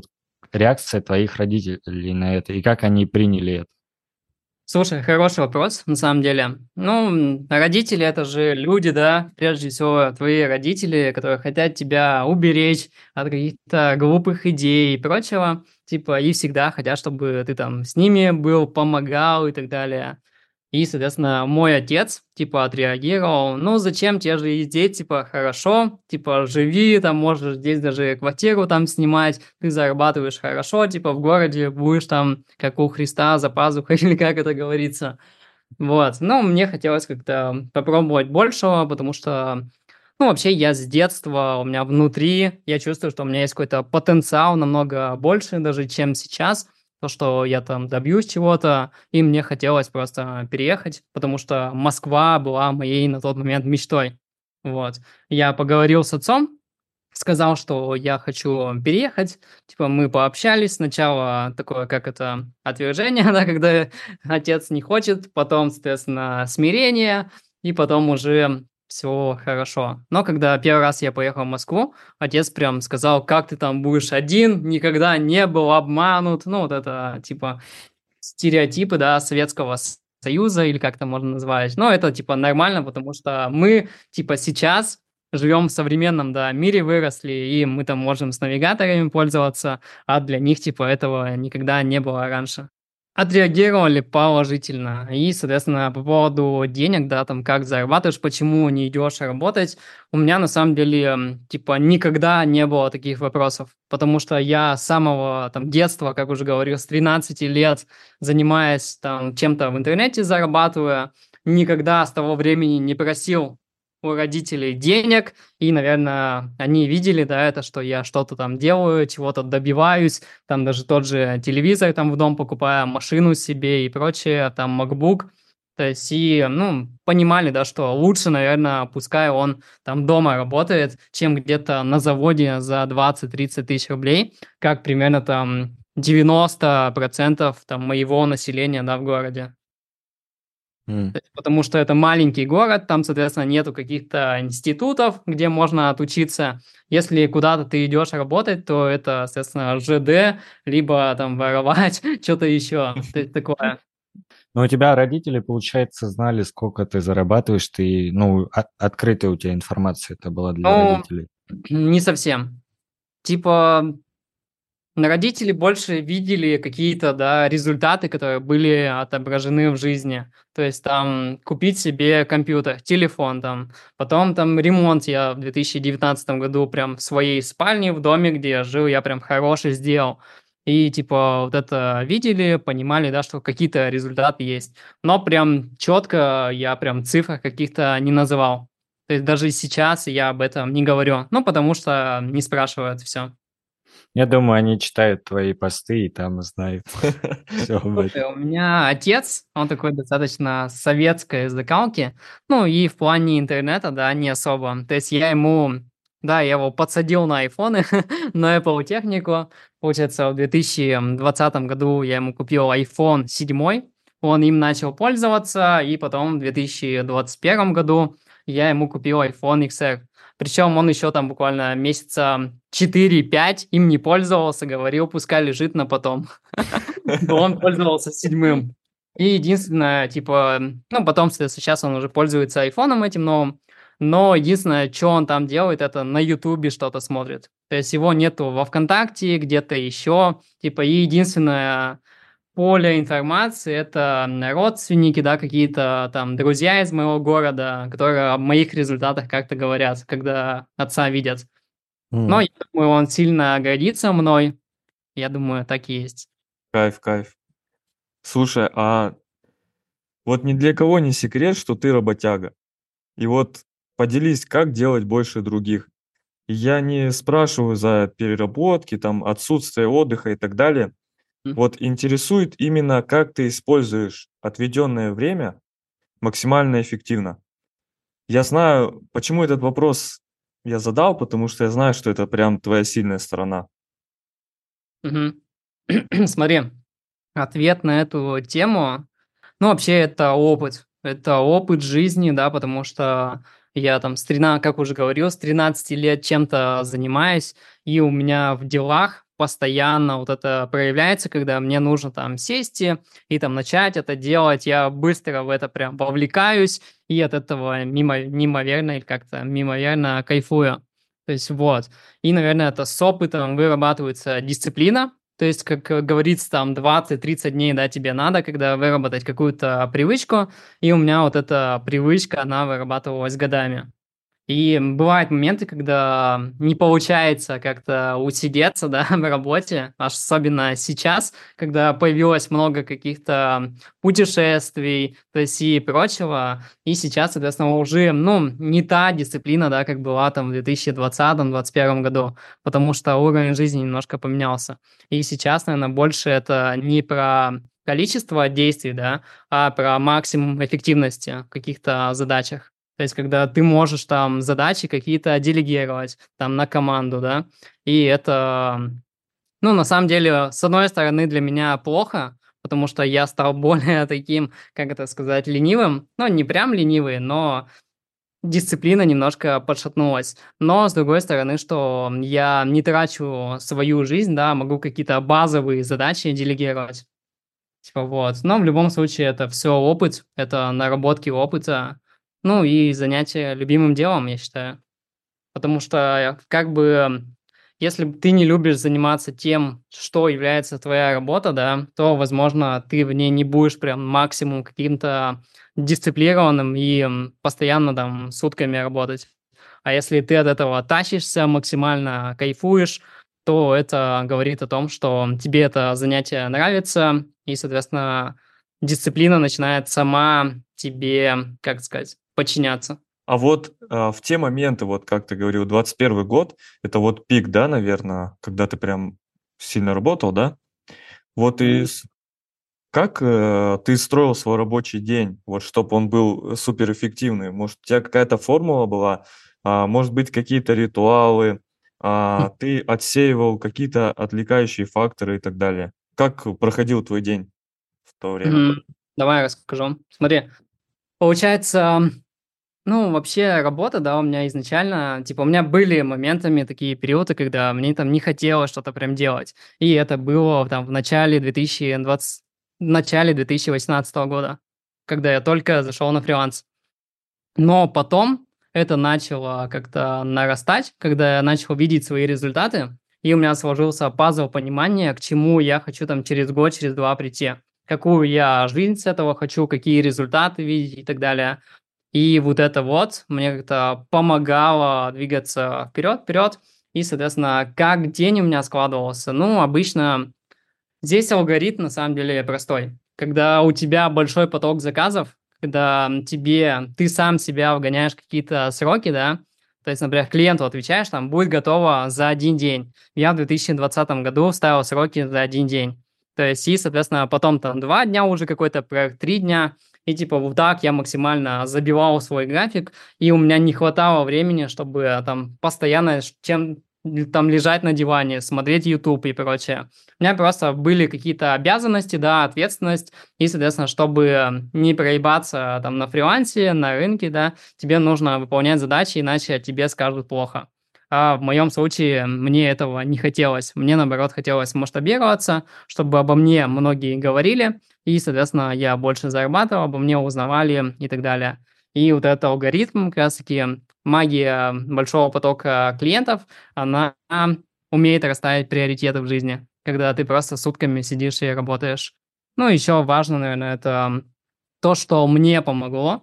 S3: реакция твоих родителей на это, и как они приняли это?
S1: Слушай, хороший вопрос, на самом деле. Ну, м, родители– это же люди, да, прежде всего твои родители, которые хотят тебя уберечь от каких-то глупых идей и прочего, типа, и всегда хотят, чтобы ты там с ними был, помогал и так далее. И, соответственно, мой отец, типа, отреагировал: ну, зачем тебе же здесь, типа, хорошо, типа, живи, там, можешь здесь даже квартиру там снимать, ты зарабатываешь хорошо, типа, в городе будешь там, как у Христа, за пазухой, или как это говорится. Вот, но мне хотелось как-то попробовать большего, потому что, ну, вообще я с детства, у меня внутри, я чувствую, что у меня есть какой-то потенциал намного больше даже, чем сейчас. То, что я там добьюсь чего-то, и мне хотелось просто переехать, потому что Москва была моей на тот момент мечтой. Вот. Я поговорил с отцом, сказал, что я хочу переехать. Типа мы пообщались. Сначала такое, как это, отвержение, да, когда отец не хочет, потом, соответственно, смирение, и потом уже все хорошо. Но когда первый раз я поехал в Москву, отец прям сказал: как ты там будешь один, никогда не был обманут. Ну, вот это, типа, стереотипы, да, Советского С- Союза, или как это можно назвать. Но это, типа, нормально, потому что мы, типа, сейчас живем в современном, да, мире, выросли, и мы там можем с навигаторами пользоваться, а для них, типа, этого никогда не было раньше. Отреагировали положительно. И, соответственно, по поводу денег, да, там, как зарабатываешь, почему не идешь работать, у меня на самом деле, м, типа, никогда не было таких вопросов, потому что я с самого там детства, как уже говорил, с тринадцати лет, занимаясь там чем-то в интернете, зарабатывая, никогда с того времени не просил у родителей денег, и, наверное, они видели, да, это, что я что-то там делаю, чего-то добиваюсь, там даже тот же телевизор там в дом покупаю, машину себе и прочее, там MacBook. То есть и, ну, понимали, да, что лучше, наверное, пускай он там дома работает, чем где-то на заводе за двадцать-тридцать тысяч рублей, как примерно там девяносто процентов там моего населения, да, в городе.
S3: М.
S1: То есть потому что это маленький город, там, соответственно, нету каких-то институтов, где можно отучиться. Если куда-то ты идешь работать, то это, соответственно, ЖД, либо там воровать, что-то еще. То есть такое.
S3: Ну, у тебя родители, получается, знали, сколько ты зарабатываешь, ты, ну, от- открытая у тебя информация это была для
S1: Ну,
S3: родителей.
S1: не совсем. Типа, на родители больше видели какие-то, да, результаты, которые были отображены в жизни. То есть там купить себе компьютер, телефон там. Потом там ремонт я в две тысячи девятнадцатом году прям в своей спальне в доме, где я жил, я прям хороший сделал. И типа вот это видели, понимали, да, что какие-то результаты есть. Но прям четко я прям цифр каких-то не называл. То есть даже сейчас я об этом не говорю. Ну, потому что не спрашивают все.
S3: Я думаю, они читают твои посты и там знают все об этом.
S1: Слушай, у меня отец, он такой достаточно советской закалки, ну и в плане интернета, да, не особо. То есть я ему, да, я его подсадил на айфоны, на Apple технику. Получается, в две тысячи двадцатом году я ему купил iPhone семь, он им начал пользоваться, и потом в две тысячи двадцать первом году я ему купил iPhone икс эр. Причем он еще там буквально месяца четыре-пять им не пользовался, говорил, пускай лежит на потом. Он пользовался седьмым. И единственное, типа, ну, потом, соответственно, сейчас он уже пользуется айфоном этим новым, но единственное, что он там делает, это на Ютубе что-то смотрит. То есть его нету во ВКонтакте, где-то еще. Типа, и единственное поле информации– это родственники, да, какие-то там друзья из моего города, которые о моих результатах как-то говорят, когда отца видят. Но
S3: М.
S1: я думаю, он сильно гордится мной. Я думаю, так и есть.
S2: Кайф, кайф. Слушай, а вот ни для кого не секрет, что ты работяга. И вот поделись, как делать больше других. И я не спрашиваю за переработки, там, отсутствие отдыха и так далее.
S1: М.
S2: Вот интересует именно, как ты используешь отведенное время максимально эффективно. Я знаю, почему этот вопрос я задал, потому что я знаю, что это прям твоя сильная сторона.
S1: Мгм. Смотри, ответ на эту тему, ну, вообще, это опыт. Это опыт жизни, да, потому что я там с трина как уже говорил, с тринадцати лет чем-то занимаюсь, и у меня в делах постоянно вот это проявляется, когда мне нужно там сесть и, и там начать это делать, я быстро в это прям вовлекаюсь и от этого мимо, неимоверно или как-то мимоверно кайфую. То есть вот. И, наверное, это с опытом вырабатывается дисциплина. То есть, как э, говорится, там двадцать-тридцать дней, да, тебе надо, когда выработать какую-то привычку. И у меня вот эта привычка, она вырабатывалась годами. И бывают моменты, когда не получается как-то усидеться, да, в работе, аж особенно сейчас, когда появилось много каких-то путешествий, то есть и прочего, и сейчас, соответственно, уже, ну, не та дисциплина, да, как была там в две тысячи двадцатом — двадцать первом году, потому что уровень жизни немножко поменялся. И сейчас, наверное, больше это не про количество действий, да, а про максимум эффективности в каких-то задачах. То есть, когда ты можешь там задачи какие-то делегировать там на команду, да, и это, ну, на самом деле, с одной стороны, для меня плохо, потому что я стал более таким, как это сказать, ленивым. Ну, не прям ленивый, но дисциплина немножко подшатнулась. Но, с другой стороны, что я не трачу свою жизнь, да, могу какие-то базовые задачи делегировать. Типа вот. Но в любом случае это все опыт, это наработки опыта, ну и занятие любимым делом, я считаю. Потому что как бы если б ты не любишь заниматься тем, что является твоя работа, да, то, возможно, ты в ней не будешь прям максимум каким-то дисциплинированным и м, постоянно там сутками работать. А если ты от этого тащишься, максимально кайфуешь, то это говорит о том, что тебе это занятие нравится, и, соответственно, дисциплина начинает сама тебе, как сказать, подчиняться.
S2: А вот а, в те моменты, вот как ты говорил, двадцать первый год, это вот пик, да, наверное, когда ты прям сильно работал, да? Вот и с- как э, ты строил свой рабочий день, вот чтобы он был суперэффективный? Может, у тебя какая-то формула была? А, может быть, какие-то ритуалы? А, ты отсеивал какие-то отвлекающие факторы и так далее? Как проходил твой день в то время?
S1: Мгм. Давай расскажу. Смотри, получается, ну, вообще работа, да, у меня изначально, типа, у меня были моментами такие периоды, когда мне там не хотелось что-то прям делать. И это было там в начале две тысячи двадцатого, в начале две тысячи восемнадцатого года, когда я только зашел на фриланс. Но потом это начало как-то нарастать, когда я начал видеть свои результаты, и у меня сложился пазл понимания, к чему я хочу там через год, через два прийти. Какую я жизнь с этого хочу, какие результаты видеть и так далее. И вот это вот мне как-то помогало двигаться вперед, вперед. И, соответственно, как день у меня складывался. Ну, обычно здесь алгоритм на самом деле простой. Когда у тебя большой поток заказов, когда тебе, ты сам себя вгоняешь в какие-то сроки, да, то есть, например, клиенту отвечаешь, там, будет готово за один день. Я в две тысячи двадцатом году ставил сроки за один день. То есть, и, соответственно, потом там два дня уже какой-то проект, три дня. И типа вот так я максимально забивал свой график, и у меня не хватало времени, чтобы э, там постоянно ш- чем там лежать на диване, смотреть YouTube и прочее. У меня просто были какие-то обязанности, да, ответственность, и, соответственно, чтобы не проебаться там на фрилансе, на рынке, да, тебе нужно выполнять задачи, иначе тебе скажут плохо. А в моем случае мне этого не хотелось. Мне, наоборот, хотелось масштабироваться, чтобы обо мне многие говорили, и, соответственно, я больше зарабатывал, обо мне узнавали и так далее. И вот этот алгоритм, как раз-таки магия большого потока клиентов, она умеет расставить приоритеты в жизни, когда ты просто сутками сидишь и работаешь. Ну, еще важно, наверное, это то, что мне помогло,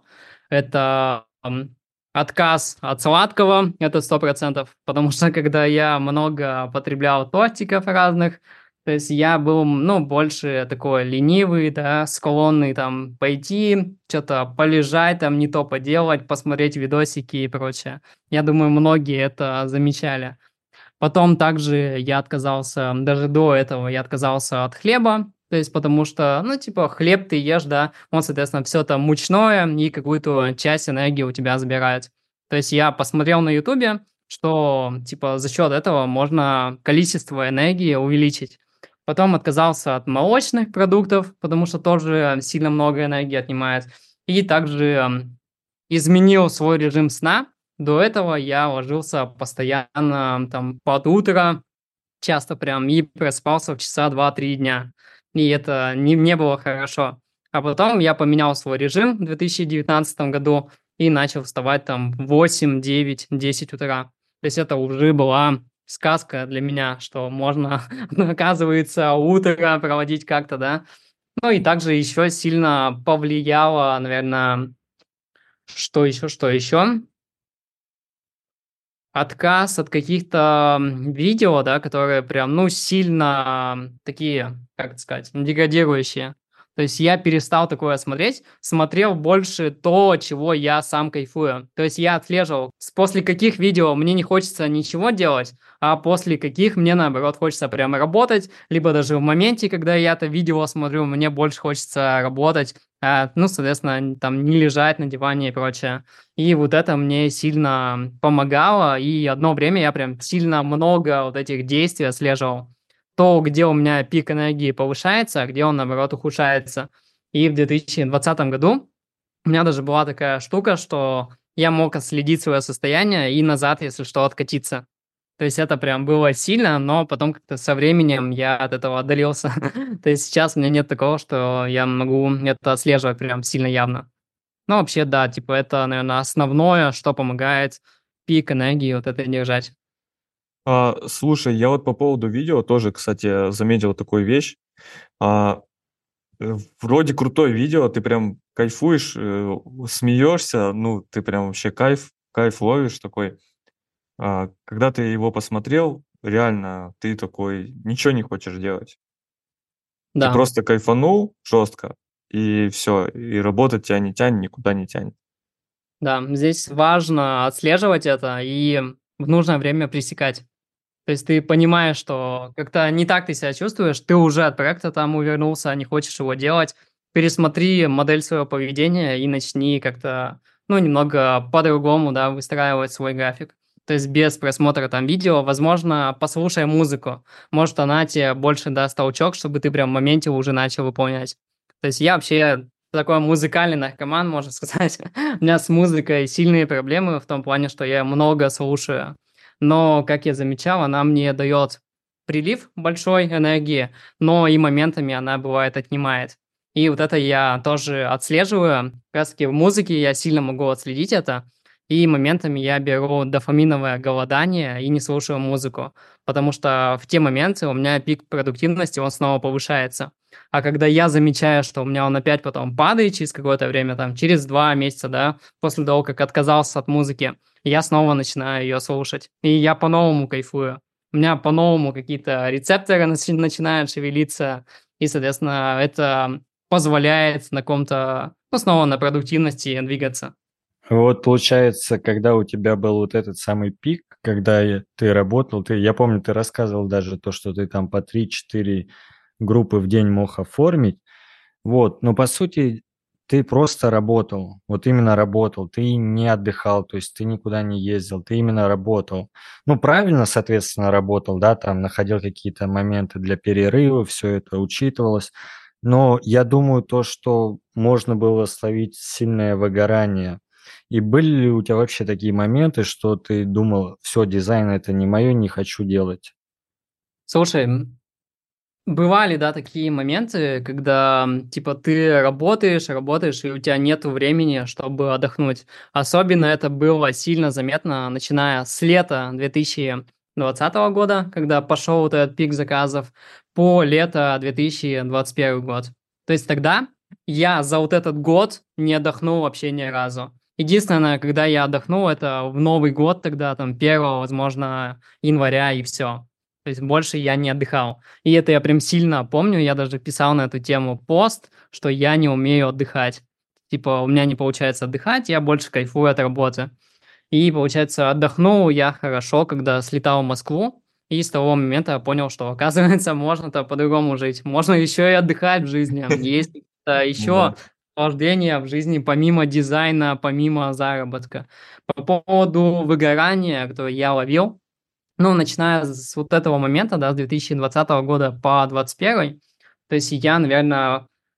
S1: это м, отказ от сладкого, это сто процентов, потому что когда я много потреблял тортиков разных, то есть я был, ну, больше такой ленивый, да, склонный там пойти, что-то полежать, там не то поделать, посмотреть видосики и прочее. Я думаю, многие это замечали. Потом также я отказался, даже до этого я отказался от хлеба, то есть потому что, ну, типа, хлеб ты ешь, да, он, соответственно, все это мучное и какую-то часть энергии у тебя забирает. То есть я посмотрел на ютубе, что, типа, за счет этого можно количество энергии увеличить. Потом отказался от молочных продуктов, потому что тоже сильно много энергии отнимает. И также м, изменил свой режим сна. До этого я ложился постоянно там под утро, часто прям и проспался в часа два-три дня. И это не, не было хорошо. А потом я поменял свой режим в две тысячи девятнадцатом году и начал вставать там в восемь, девять, десять утра. То есть это уже была сказка для меня, что можно, оказывается, утро проводить как-то, да. Ну и также еще сильно повлияло, наверное, что еще, что еще? Отказ от каких-то м, видео, да, которые прям, ну, сильно м, такие, как это сказать, деградирующие. То есть я перестал такое смотреть, смотрел больше то, от чего я сам кайфую. То есть я отслеживал, с- после каких видео мне не хочется ничего делать, а после каких мне, наоборот, хочется прям работать, либо даже в моменте, когда я это видео смотрю, мне больше хочется работать, а, ну, соответственно, н- там не лежать на диване и прочее. И вот это мне сильно помогало, и одно время я прям сильно много вот этих действий отслеживал. То, где у меня пик энергии повышается, а где он, наоборот, ухудшается. И в две тысячи двадцатом году у меня даже была такая штука, что я мог отследить свое состояние и назад, если что, откатиться. То есть это прям было сильно, но потом как-то со временем я от этого отдалился. То есть сейчас у меня нет такого, что я могу это отслеживать прям сильно явно. Ну, вообще, да, типа это, наверное, основное, что помогает пик энергии вот это держать.
S2: А, слушай, я вот по поводу видео тоже, кстати, заметил такую вещь. А, э, Вроде крутое видео, ты прям кайфуешь, э, смеешься, ну, ты прям вообще кайф, кайф ловишь такой. А, когда ты его посмотрел, реально ты такой ничего не хочешь делать. Ты
S1: Да,
S2: просто кайфанул жестко, и все, и работать тебя не тянет, никуда не тянет.
S1: да, здесь важно отслеживать это и в нужное время пресекать. То есть ты понимаешь, что как-то не так ты себя чувствуешь, ты уже от проекта там увернулся, не хочешь его делать. Пересмотри модель своего поведения и начни как-то, ну, немного по-другому, да, выстраивать свой график. То есть без просмотра там видео, возможно, послушай музыку. Может, она тебе больше даст толчок, чтобы ты прям в моменте уже начал выполнять. То есть я вообще такой музыкальный наркоман, можно сказать. У меня с музыкой сильные проблемы в том плане, что я много слушаю. Но, как я замечал, она мне дает прилив большой энергии, но и моментами она бывает отнимает. И вот это я тоже отслеживаю. Как раз таки в музыке я сильно могу отследить это. И моментами я беру дофаминовое голодание и не слушаю музыку, потому что в те моменты у меня пик продуктивности, он снова повышается. А когда я замечаю, что у меня он опять потом падает через какое-то время, там, через два месяца, да, после того, как отказался от музыки, я снова начинаю ее слушать. И я по-новому кайфую. У меня по-новому какие-то рецепторы начи- начинают шевелиться, и, соответственно, это позволяет на каком-то, ну, снова на продуктивности двигаться.
S3: Вот получается, когда у тебя был вот этот самый пик, когда я- ты работал, ты, я помню, ты рассказывал даже то, что ты там по три-четыре группы в день мог оформить. Вот, но по сути ты просто работал, вот именно работал, ты не отдыхал, то есть ты никуда не ездил, ты именно работал. Ну, правильно, соответственно, работал, да, там находил какие-то моменты для перерыва, все это учитывалось. Но я думаю, то, что можно было словить сильное выгорание. И были ли у тебя вообще такие моменты, что ты думал, все, дизайн это не мое, не хочу делать?
S1: Слушай, м, бывали, да, такие моменты, когда, м, типа, ты работаешь, работаешь, и у тебя нету времени, чтобы отдохнуть. Особенно это было сильно заметно, начиная с лета две тысячи двадцатого года, когда пошел вот этот пик заказов, по лето две тысячи двадцать первый год. То есть тогда я за вот этот год не отдохнул вообще ни разу. Единственное, когда я отдохнул, это в Новый год тогда, там, первого, возможно, января, и все. То есть больше я не отдыхал. И это я прям сильно помню, я даже писал на эту тему пост, что я не умею отдыхать. Типа, у меня не получается отдыхать, я больше кайфую от работы. И, получается, отдохнул я хорошо, когда слетал в Москву, и с того момента я понял, что, оказывается, можно-то по-другому жить. Можно еще и отдыхать в жизни. Есть какие-то еще
S2: Да.
S1: наслаждения в жизни, помимо дизайна, помимо заработка. По поводу выгорания, которое я ловил, ну, начиная с вот этого момента, да, с две тысячи двадцатого года по двадцать первый, то есть я, наверное,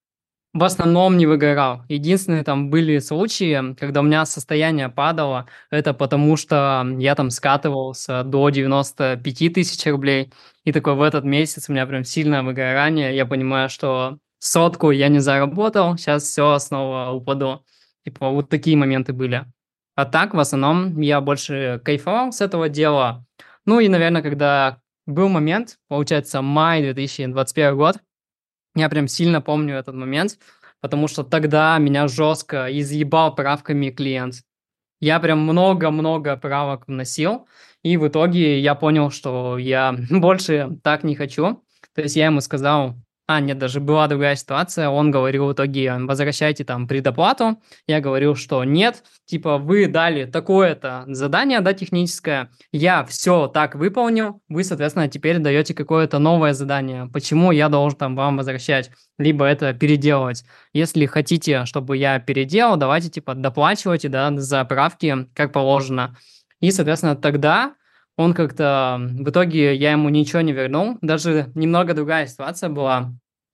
S1: В основном не выгорал. Единственные там были случаи, когда у меня состояние падало. Это потому, что я там скатывался до девяноста пяти тысяч рублей. И такой в этот месяц у меня прям сильное выгорание. Я понимаю, что сотку я не заработал, сейчас все снова упаду. Типа вот такие моменты были. А так, в основном, я больше кайфовал с этого дела. Ну и, наверное, когда был момент, получается, май две тысячи двадцать первый год, я прям сильно помню этот момент, потому что тогда меня жестко изъебал правками клиент. Я прям много-много правок вносил, и в итоге я понял, что я больше так не хочу. То есть я ему сказал, а, нет, даже была другая ситуация, он говорил в итоге, возвращайте там предоплату. Я говорил, что нет, типа вы дали такое-то задание, да, техническое, я все так выполнил, вы, соответственно, теперь даете какое-то новое задание. Почему я должен там вам возвращать, либо это переделывать? Если хотите, чтобы я переделал, давайте, типа, доплачивайте, да, за правки, как положено. И, соответственно, тогда он как-то... В итоге я ему ничего не вернул. Даже немного другая ситуация была.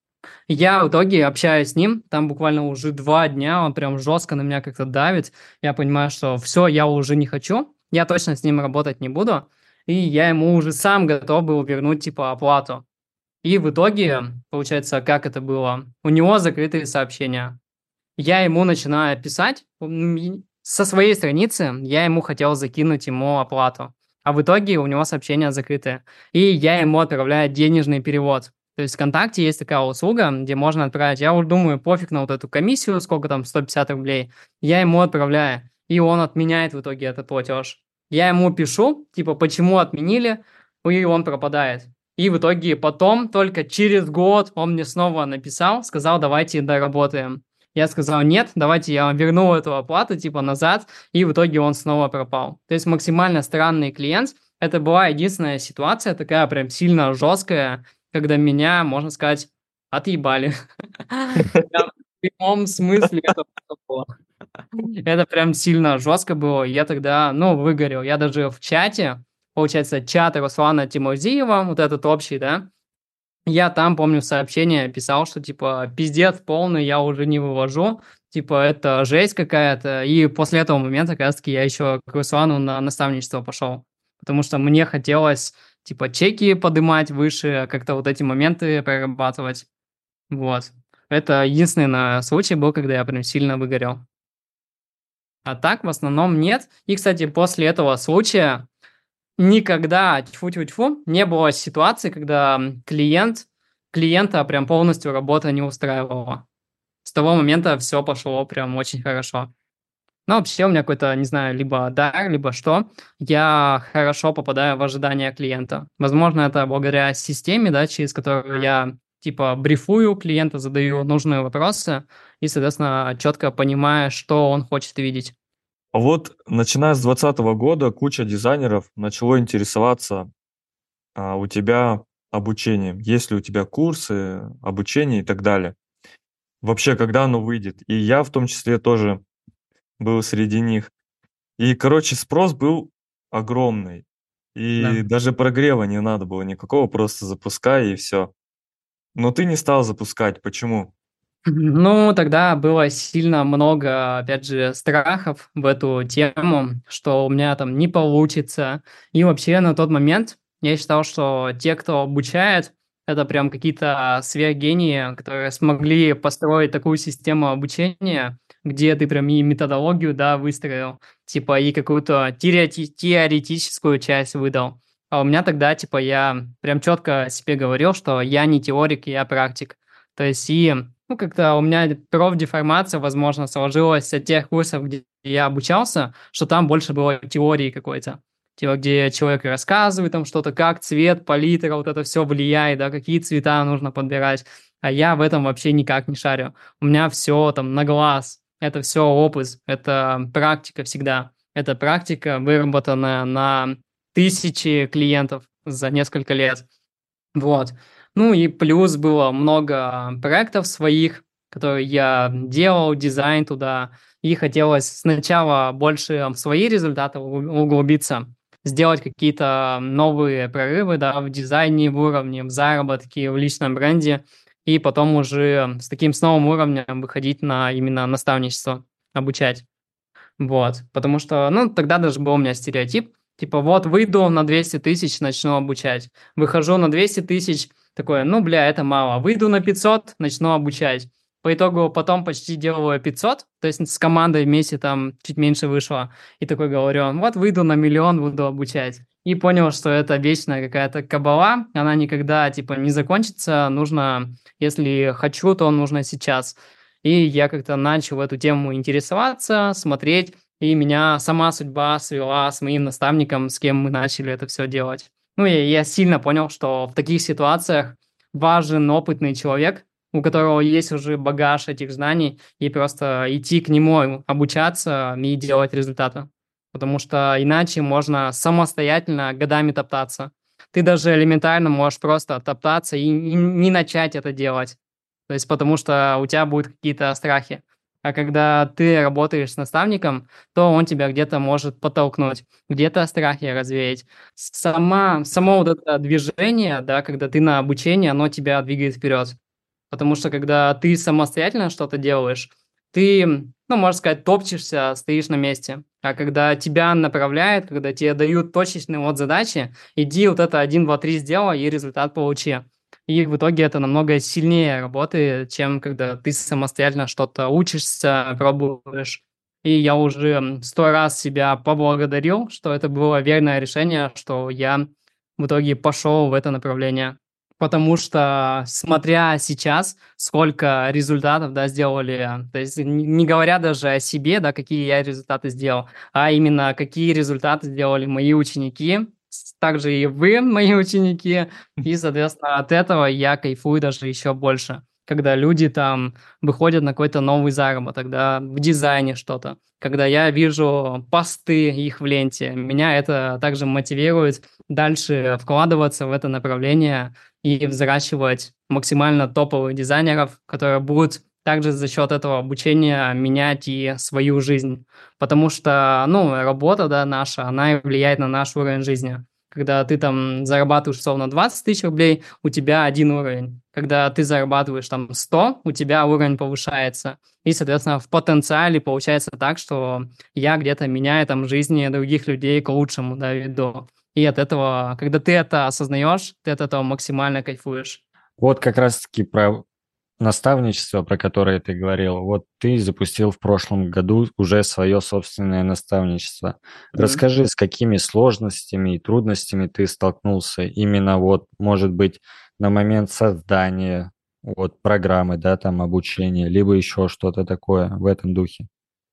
S1: Я в итоге общаюсь с ним, там буквально уже два дня, он прям жестко на меня как-то давит. Я понимаю, что все, я уже не хочу, я точно с ним работать не буду. И я ему уже сам готов был вернуть, типа, оплату. И в итоге, получается, как это было? У него закрытые сообщения. Я ему начинаю писать, м, и со своей страницы я ему хотел закинуть ему оплату, а в итоге у него сообщение закрытое. И я ему отправляю денежный перевод. То есть ВКонтакте есть такая услуга, где можно отправить. Я вот думаю, пофиг на вот эту комиссию, сколько там, сто пятьдесят рублей. Я ему отправляю, и он отменяет в итоге этот платеж. Я ему пишу, типа, почему отменили, и он пропадает. И в итоге потом, только через год, он мне снова написал, сказал, давайте доработаем. Я сказал, нет, давайте я вам верну эту оплату, типа, назад, и в итоге он снова пропал. То есть максимально странный клиент. Это была единственная ситуация, такая прям сильно жесткая, когда меня, можно сказать, отъебали. Прям в прямом смысле это было. Это прям сильно жестко было. Я тогда, ну, выгорел. Я даже в чате, получается, чат Руслана Тимурзиева, вот этот общий, да, я там, помню, сообщение писал, что, типа, пиздец полный, я уже не вывожу, типа, это жесть какая-то. И после этого момента, как раз-таки, я еще к Руслану на наставничество пошел, потому что мне хотелось, типа, чеки поднимать выше, как-то вот эти моменты прорабатывать. Вот. Это единственный на случай был, когда я прям сильно выгорел. А так, в основном, нет. И, кстати, после этого случая никогда, тьфу-тьфу-тьфу, не было ситуации, когда клиент, клиента прям полностью работа не устраивала. С того момента все пошло прям очень хорошо. Но вообще у меня какой-то, не знаю, либо дар, либо что, я хорошо попадаю в ожидания клиента. Возможно, это благодаря системе, да, через которую я типа брифую клиента, задаю нужные вопросы и, соответственно, четко понимаю, что он хочет видеть.
S2: А вот начиная с двадцатого года куча дизайнеров начало интересоваться а, у тебя обучением. Есть ли у тебя курсы, обучение и так далее. Вообще, когда оно выйдет. И я в том числе тоже был среди них. И, короче, спрос был огромный. И
S1: Да.
S2: даже прогрева не надо было никакого, просто запускай и все. Но ты не стал запускать. Почему?
S1: Ну, тогда было сильно много, опять же, страхов в эту тему, что у меня там не получится. И вообще на тот момент я считал, что те, кто обучает, это прям какие-то сверхгении, которые смогли построить такую систему обучения, где ты прям и методологию, да, выстроил, типа и какую-то теорети- теоретическую часть выдал. А у меня тогда, типа, я прям четко себе говорил, что я не теорик, я практик. То есть и ну, как-то у меня профдеформация, возможно, сложилась от тех курсов, где я обучался, что там больше было теории какой-то. Типа, где человек рассказывает там что-то, как цвет, палитра, вот это все влияет, да, какие цвета нужно подбирать. А я в этом вообще никак не шарю. У меня все там на глаз. Это все опыт, это практика всегда. Это практика, выработанная на тысячи клиентов за несколько лет. Вот. Ну и плюс было много проектов своих, которые я делал, дизайн туда, и хотелось сначала больше в свои результаты угл- углубиться, сделать какие-то новые прорывы, да, в дизайне, в уровне, в заработке, в личном бренде. и потом уже с таким с новым уровнем выходить на именно наставничество, обучать. Вот, потому что, ну, тогда даже был у меня стереотип, типа, вот, выйду на двести тысяч, начну обучать. Выхожу на двести тысяч, такое, ну, бля, это мало. Выйду на пятьсот, начну обучать. По итогу потом почти делаю пятьсот, то есть с командой вместе там чуть меньше вышло. И такой говорю, вот выйду на миллион, буду обучать. И понял, что это вечная какая-то кабала, она никогда, типа, не закончится. Нужно, если хочу, то нужно сейчас. И я как-то начал эту тему интересоваться, смотреть, и меня сама судьба свела с моим наставником, с кем мы начали это все делать. Ну, и я сильно понял, что в таких ситуациях важен опытный человек, у которого есть уже багаж этих знаний, и просто идти к нему, обучаться и делать результаты. Потому что иначе можно самостоятельно годами топтаться. Ты даже элементарно можешь просто топтаться и и не начать это делать. То есть потому что у тебя будут какие-то страхи. А когда ты работаешь с наставником, то он тебя где-то может подтолкнуть, где-то страхи развеять. Сама, само вот это движение, да, когда ты на обучении, оно тебя двигает вперед. Потому что когда ты самостоятельно что-то делаешь, ты, ну, можно сказать, топчешься, стоишь на месте. А когда тебя направляют, когда тебе дают точечные вот задачи, иди вот это один, два, три сделай и результат получи. И в итоге это намного сильнее работает, чем когда ты самостоятельно что-то учишься, пробуешь. И я уже сто раз себя поблагодарил, что это было верное решение, что я в итоге пошел в это направление. Потому что, смотря сейчас, сколько результатов, да, сделали, то есть не не говоря даже о себе, да, какие я результаты сделал, а именно какие результаты сделали мои ученики, с- также и вы, мои ученики, и, соответственно, от этого я кайфую даже еще больше, когда люди там выходят на какой-то новый заработок, да, в дизайне что-то, когда я вижу посты их в ленте, меня это также мотивирует дальше вкладываться в это направление, и взращивать максимально топовых дизайнеров, которые будут также за счет этого обучения менять и свою жизнь. Потому что, ну, работа, да, наша, она и влияет на наш уровень жизни. Когда ты там зарабатываешь, условно, двадцать тысяч рублей, у тебя один уровень. Когда ты зарабатываешь там сто, у тебя уровень повышается. И, соответственно, в потенциале получается так, что я где-то меняю там жизни других людей к лучшему, да, веду. И от этого, когда ты это осознаешь, ты от этого максимально кайфуешь.
S3: Вот как раз-таки про наставничество, про которое ты говорил. Вот ты запустил в прошлом году уже свое собственное наставничество.
S1: Мгм.
S3: Расскажи, с какими сложностями и трудностями ты столкнулся именно вот, может быть, на момент создания вот программы, да, там обучения, либо еще что-то такое в этом духе.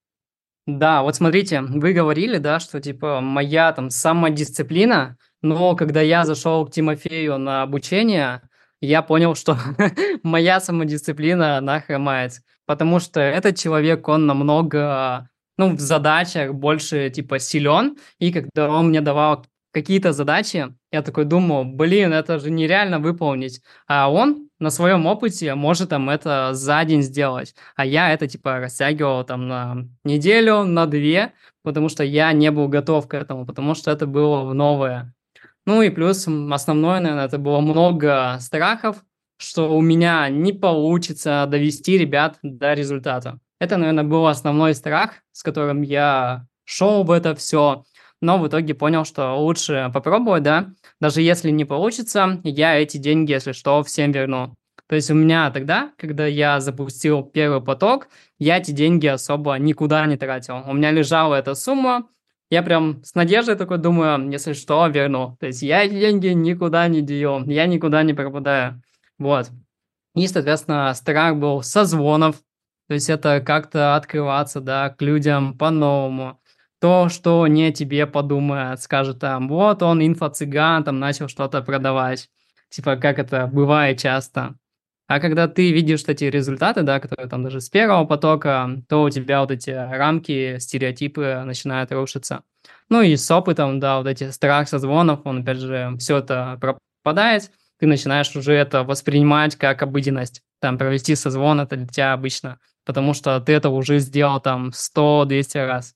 S1: Да, вот смотрите, вы говорили, да, что типа моя там самодисциплина, но когда я зашел к Тимофею на обучение, я понял, что моя самодисциплина, она хромает, потому что этот человек, он намного, ну, в задачах больше типа силен, и когда он мне давал какие-то задачи, я такой думал, блин, это же нереально выполнить, а он на своем опыте может там это за день сделать. А я это, типа, растягивал там на неделю, на две, потому что я не был готов к этому, потому что это было новое. Ну и плюс м, основное, наверное, это было много страхов, что у меня не получится довести ребят до результата. Это, наверное, был основной страх, с которым я шел в это все, но в итоге понял, что лучше попробовать, да, даже если не получится, я эти деньги, если что, всем верну. То есть у меня тогда, когда я запустил первый поток, я эти деньги особо никуда не тратил. У меня лежала эта сумма, я прям с надеждой такой думаю, если что, верну. То есть я эти деньги никуда не даю, я никуда не пропадаю. Вот. И, соответственно, страх был созвонов, то есть это как-то открываться, да, к людям по-новому. То, что не тебе подумает, скажет там, вот он инфо-цыган, там начал что-то продавать. Типа, как это бывает часто. А когда ты видишь эти результаты, да, которые там даже с первого потока, то у тебя вот эти рамки, стереотипы начинают рушиться. Ну и с опытом, да, вот эти страх созвонов, он, опять же, все это пропадает, ты начинаешь уже это воспринимать как обыденность. Там провести созвон это для тебя обычно, потому что ты это уже сделал там сто-двести раз.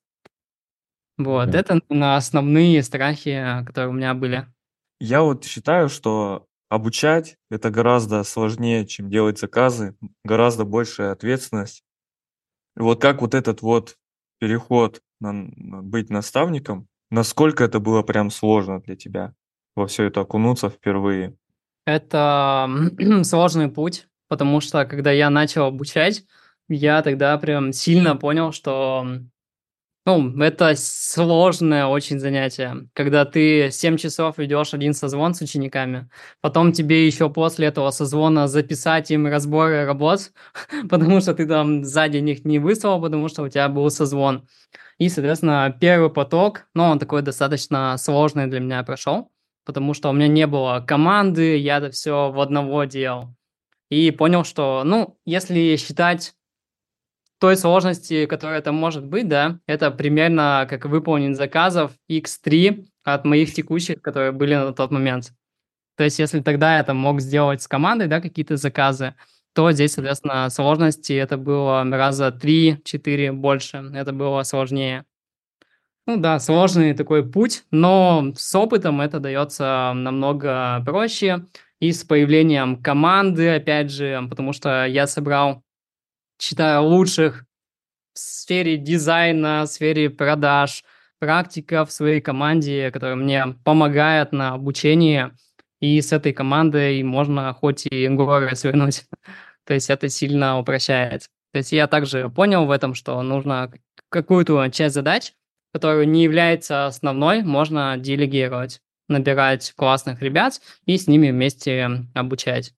S1: Вот,
S3: Да.
S1: это, наверно, основные страхи, которые у меня были.
S2: Я вот считаю, что обучать это гораздо сложнее, чем делать заказы, гораздо большая ответственность. И вот как вот этот вот переход на, на быть наставником, насколько это было прям сложно для тебя во все это окунуться впервые?
S1: Это сложный путь, потому что когда я начал обучать, я тогда прям сильно понял, что ну, это сложное очень занятие, когда ты семь часов ведешь один созвон с учениками, потом тебе еще после этого созвона записать им разборы работ, потому что ты там сзади них не выслал, потому что у тебя был созвон. И, соответственно, первый поток, ну, он такой достаточно сложный для меня прошел, потому что у меня не было команды, я это все в одного делал. И понял, что, ну, если считать той сложности, которая это может быть, да, это примерно как выполнить заказов икс три от моих текущих, которые были на тот момент. То есть, если тогда я там мог сделать с командой, да, какие-то заказы, то здесь, соответственно, сложности это было раза три-четыре больше, это было сложнее. Ну да, сложный такой путь, но с опытом это дается намного проще. И с появлением команды, опять же, потому что я собрал, считаю, лучших в сфере дизайна, в сфере продаж, практика в своей команде, которая мне помогает на обучении. И с этой командой можно хоть и горы свернуть. То есть это сильно упрощает. То есть я также понял в этом, что нужно к- какую-то часть задач, которая не является основной, можно делегировать, набирать классных ребят и с ними вместе обучать.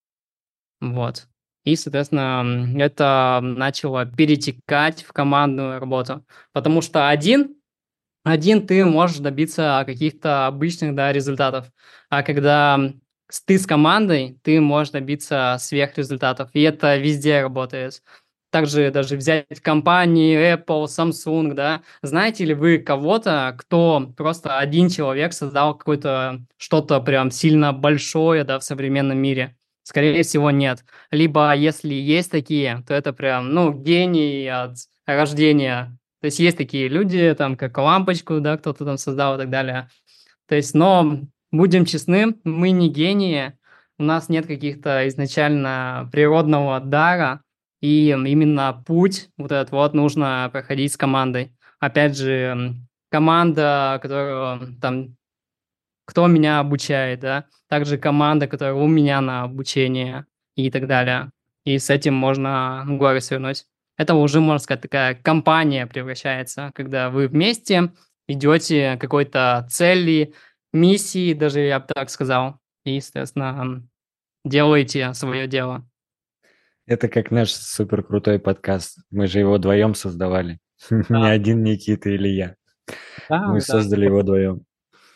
S1: Вот. И, соответственно, м, это начало перетекать в командную работу. Потому что один, один ты можешь добиться каких-то обычных, да, результатов. А когда м, с- ты с командой, ты можешь добиться сверхрезультатов. И это везде работает. Также даже взять компании Apple, Samsung, да. Знаете ли вы кого-то, кто просто один человек создал какое-то что-то прям сильно большое, да, в современном мире? Скорее всего, нет. Либо, если есть такие, то это прям, ну, гений от рождения. То есть есть такие люди, там, как лампочку, да, кто-то там создал и так далее. То есть, но будем честны, мы не гении, у нас нет каких-то изначально природного дара, и именно путь вот этот вот нужно проходить с командой. Опять же, м, команда, которая м, там, кто меня обучает, да, также команда, которая у меня на обучение и так далее. И с этим можно горы свернуть. Это уже, можно сказать, такая компания превращается, когда вы вместе идете к какой-то цели, миссии, даже я бы так сказал, и, соответственно, м, делаете свое дело.
S3: Это как наш супер крутой подкаст. Мы же его вдвоем создавали. Не
S1: Да,
S3: один Никита или я.
S1: да,
S3: Мы
S1: да.
S3: создали его вдвоем.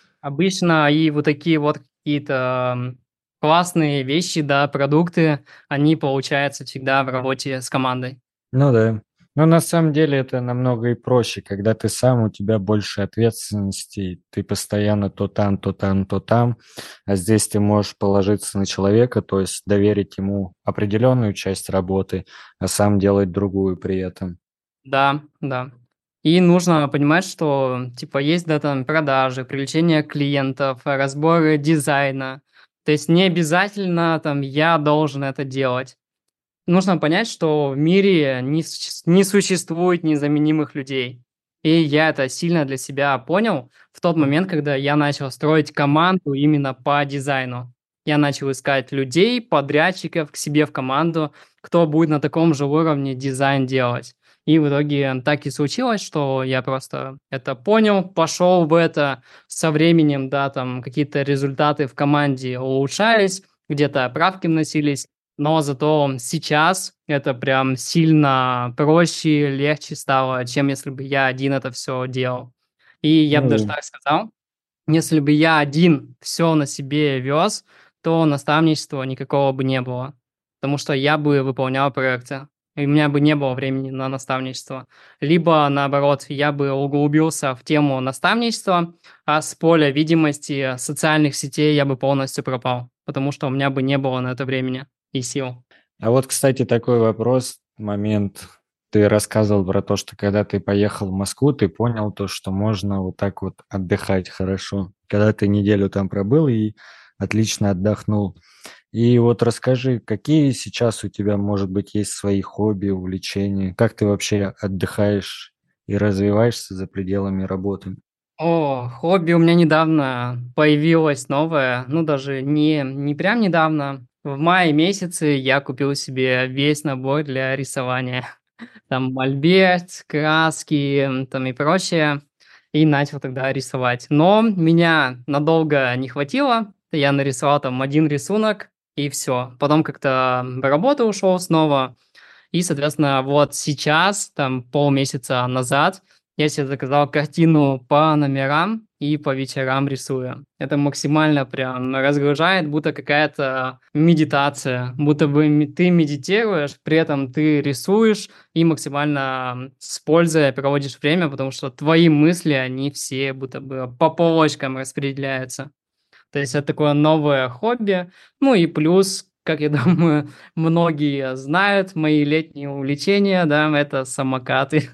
S1: Обычно и вот такие вот какие-то м, классные вещи, да, продукты, они получаются всегда в работе с командой.
S3: Ну да. Но на самом деле это намного и проще, когда ты сам, у тебя больше ответственности, ты постоянно то там, то там, то там, а здесь ты можешь положиться на человека, то есть доверить ему определенную часть работы, а сам делать другую при этом.
S1: Да, да. И нужно понимать, что типа есть, да, там продажи, привлечение клиентов, э, разборы дизайна. То есть не обязательно там я должен это делать. Нужно понять, что в мире не, суще- не существует незаменимых людей. И я это сильно для себя понял в тот момент, когда я начал строить команду именно по дизайну. Я начал искать людей, подрядчиков к себе в команду, кто будет на таком же уровне дизайн делать. И в итоге так и случилось, что я просто это понял, пошел в это. Со временем, да, там какие-то результаты в команде улучшались, где-то правки вносились. Но зато сейчас это прям сильно проще, легче стало, чем если бы я один это все делал. И я бы даже
S3: Ну,
S1: так сказал, если бы я один все на себе вез, то наставничества никакого бы не было, потому что я бы выполнял проекты, и у меня бы не было времени на наставничество. Либо, наоборот, я бы углубился в тему наставничества, а с поля видимости социальных сетей я бы полностью пропал, потому что у меня бы не было на это времени и сил.
S3: а вот, кстати, такой вопрос, момент. Ты рассказывал про то, что когда ты поехал в Москву, ты понял то, что можно вот так вот отдыхать хорошо. Когда ты неделю там пробыл и отлично отдохнул. И вот расскажи, какие сейчас у тебя, может быть, есть свои хобби, увлечения? Как ты вообще отдыхаешь и развиваешься за пределами работы?
S1: О, хобби у меня недавно появилось новое, ну даже не, не прям недавно. В мае месяце я купил себе весь набор для рисования. Там мольберт, краски, м, там и прочее. И начал тогда рисовать. Но меня надолго не хватило. Я нарисовал там один рисунок, и все. Потом как-то в работу ушел снова. И, соответственно, вот сейчас, там полмесяца назад, я себе заказал картину по номерам и по вечерам рисую. Это максимально прям разгружает, будто какая-то медитация, будто бы ме- ты медитируешь, при этом ты рисуешь и максимально с пользой проводишь время, потому что твои мысли, они все будто бы по полочкам распределяются. То есть это такое новое хобби. Ну и плюс, как я думаю, многие знают, мои летние увлечения, да, это самокаты.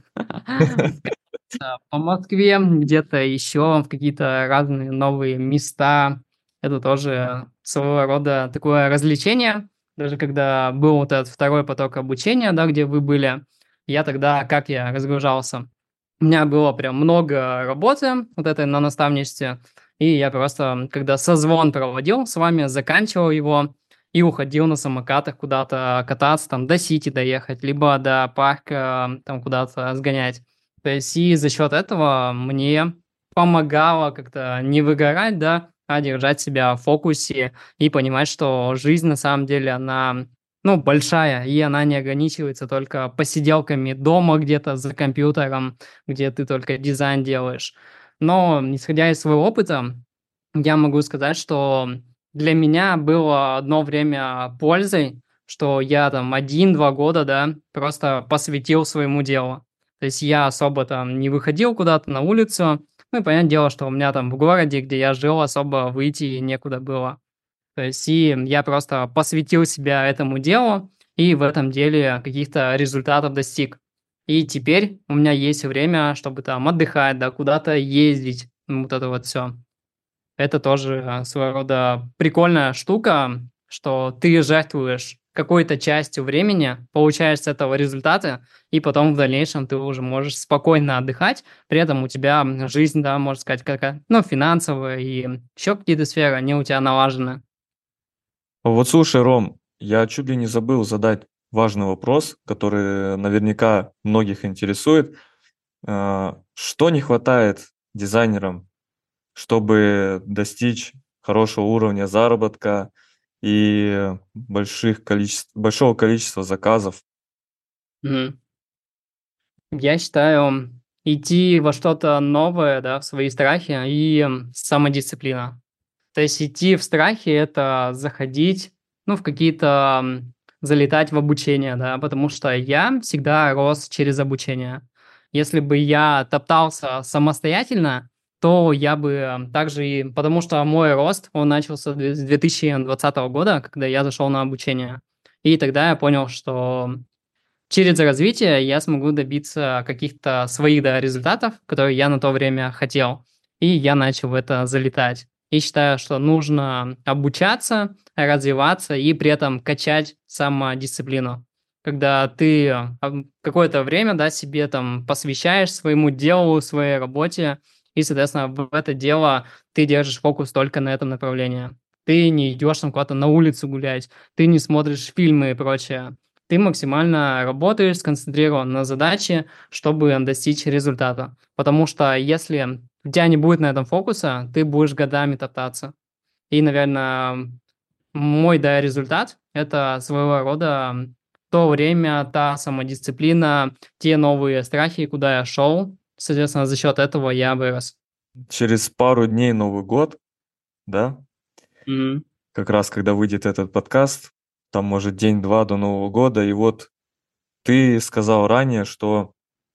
S1: Кататься по Москве, где-то еще в какие-то разные новые места. Это тоже своего рода такое развлечение. Даже когда был вот этот второй поток обучения, да, где вы были, я тогда, как я разгружался? У меня было прям много работы вот этой на наставничестве, и я просто, когда созвон проводил с вами, заканчивал его и уходил на самокатах куда-то кататься, там до Сити доехать, либо до парка там куда-то сгонять. То есть и за счет этого мне помогало как-то не выгорать, да, а держать себя в фокусе и понимать, что жизнь на самом деле, она, ну, большая, и она не ограничивается только посиделками дома где-то за компьютером, где ты только дизайн делаешь. Но, исходя из своего опыта, я могу сказать, что для меня было одно время пользой, что я там один-два года, да, просто посвятил своему делу. То есть я особо там не выходил куда-то на улицу. Ну и понятное дело, что у меня там в городе, где я жил, особо выйти некуда было. То есть и я просто посвятил себя этому делу и в этом деле каких-то результатов достиг. И теперь у меня есть время, чтобы там отдыхать, да, куда-то ездить, ну, вот это вот все. Это тоже а, своего рода прикольная штука, что ты жертвуешь какой-то частью времени, получаешь с этого результаты, и потом в дальнейшем ты уже можешь спокойно отдыхать. При этом у тебя м, жизнь, да, можно сказать, какая, ну, финансовая и еще какие-то сферы, они у тебя налажены.
S2: Вот слушай, Ром, я чуть ли не забыл задать важный вопрос, который наверняка многих интересует. А, Что не хватает дизайнерам, чтобы достичь хорошего уровня заработка и больших количеств, большого количества заказов?
S1: Мгм. Я считаю, идти во что-то новое, да, в свои страхи и м, самодисциплина. То есть идти в страхе- это заходить, ну, в какие-то, м, залетать в обучение, да, потому что я всегда рос через обучение. Если бы я топтался самостоятельно, то я бы м, также и потому что мой рост, он начался две с две тысячи двадцатого года, когда я зашел на обучение. И тогда я понял, что через развитие я смогу добиться каких-то своих, да, результатов, которые я на то время хотел. И я начал в это залетать. И считаю, что нужно обучаться, развиваться и при этом качать самодисциплину. Когда ты а, ам, какое-то время, да, себе там посвящаешь своему делу, своей работе, и, соответственно, в это дело ты держишь фокус только на этом направлении. Ты не идешь там куда-то на улицу гулять, ты не смотришь фильмы и прочее. Ты максимально работаешь, сконцентрирован на задаче, чтобы достичь результата. Потому что если у тебя не будет на этом фокуса, ты будешь годами топтаться. И, наверное, мой, да, результат– это своего рода то время, та самодисциплина, те новые страхи, куда я шел. Соответственно, за счет этого я вырос.
S2: Через пару дней Новый год, да?
S1: Мгм.
S2: Как раз когда выйдет этот подкаст, там может день-два до Нового года, и вот ты сказал ранее, что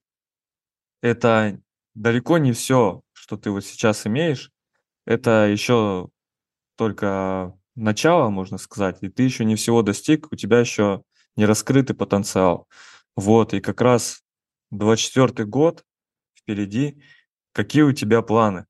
S2: это далеко не все, что ты вот сейчас имеешь, это еще только начало, можно сказать, и ты еще не всего достиг, у тебя еще не раскрытый потенциал. Вот, и как раз двадцать четвёртый год впереди. Какие у тебя планы?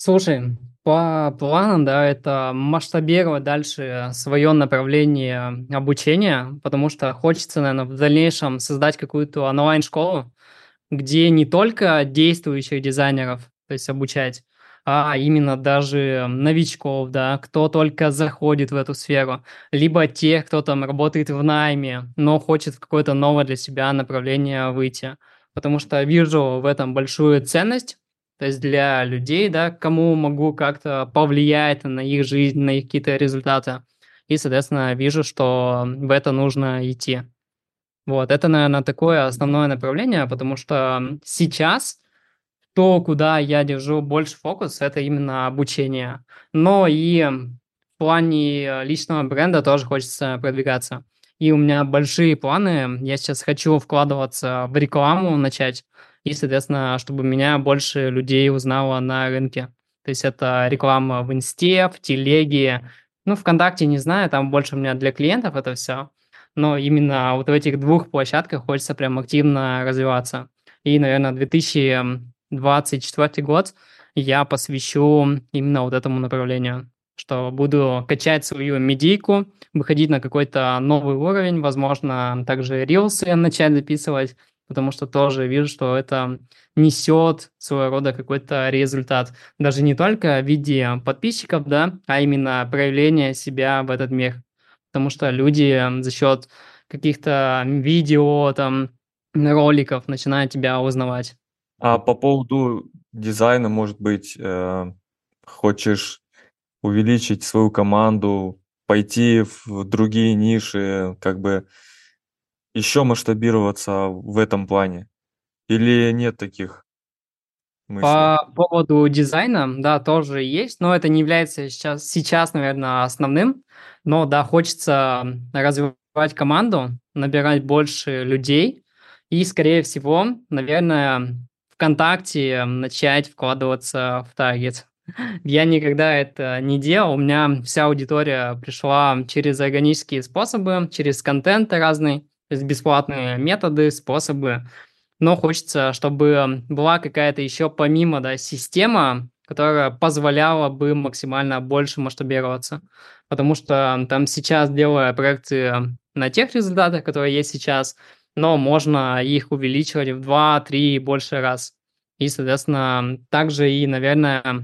S1: Слушай, по планам, да, это масштабировать дальше свое направление обучения, потому что хочется, наверное, в дальнейшем создать какую-то онлайн-школу, где не только действующих дизайнеров, то есть обучать, а именно даже новичков, да, кто только заходит в эту сферу, либо тех, кто там работает в найме, но хочет в какое-то новое для себя направление выйти. Потому что вижу в этом большую ценность, то есть для людей, да, кому могу как-то повлиять на их жизнь, на их какие-то результаты. И, соответственно, вижу, что в это нужно идти. Вот, это, наверное, такое основное направление, потому что сейчас то, куда я держу больше фокус, это именно обучение. Но и в плане личного бренда тоже хочется продвигаться. И у меня большие планы. Я сейчас хочу вкладываться в рекламу, начать. И, соответственно, чтобы меня больше людей узнало на рынке. То есть это реклама в Инсте, в Телеге. Ну, ВКонтакте не знаю, там больше у меня для клиентов это все. Но именно вот в этих двух площадках хочется прям активно развиваться. И, наверное, две тысячи двадцать четвёртый год я посвящу именно вот этому направлению, что буду качать свою медийку, выходить на какой-то новый уровень, возможно, также рилсы начать записывать, потому что тоже вижу, что это несет своего рода какой-то результат. Даже не только в виде подписчиков, да, а именно проявления себя в этот мир. Потому что люди за счет каких-то видео, там, роликов начинают тебя узнавать.
S2: А по поводу дизайна, может быть, э, хочешь увеличить свою команду, пойти в другие ниши, как бы еще масштабироваться в этом плане? Или нет таких мыслей?
S1: По поводу дизайна, да, тоже есть, но это не является сейчас, сейчас, наверное, основным. Но да, хочется развивать команду, набирать больше людей и, скорее всего, наверное, ВКонтакте начать вкладываться в таргет. Я никогда это не делал. У меня вся аудитория пришла через органические способы, через контент разный, то есть бесплатные методы, способы. Но хочется, чтобы была какая-то еще помимо, да, система, которая позволяла бы максимально больше масштабироваться. Потому что там сейчас, делая проекты на тех результатах, которые есть сейчас, но можно их увеличивать в два-три и больше раз. И, соответственно, также и, наверное,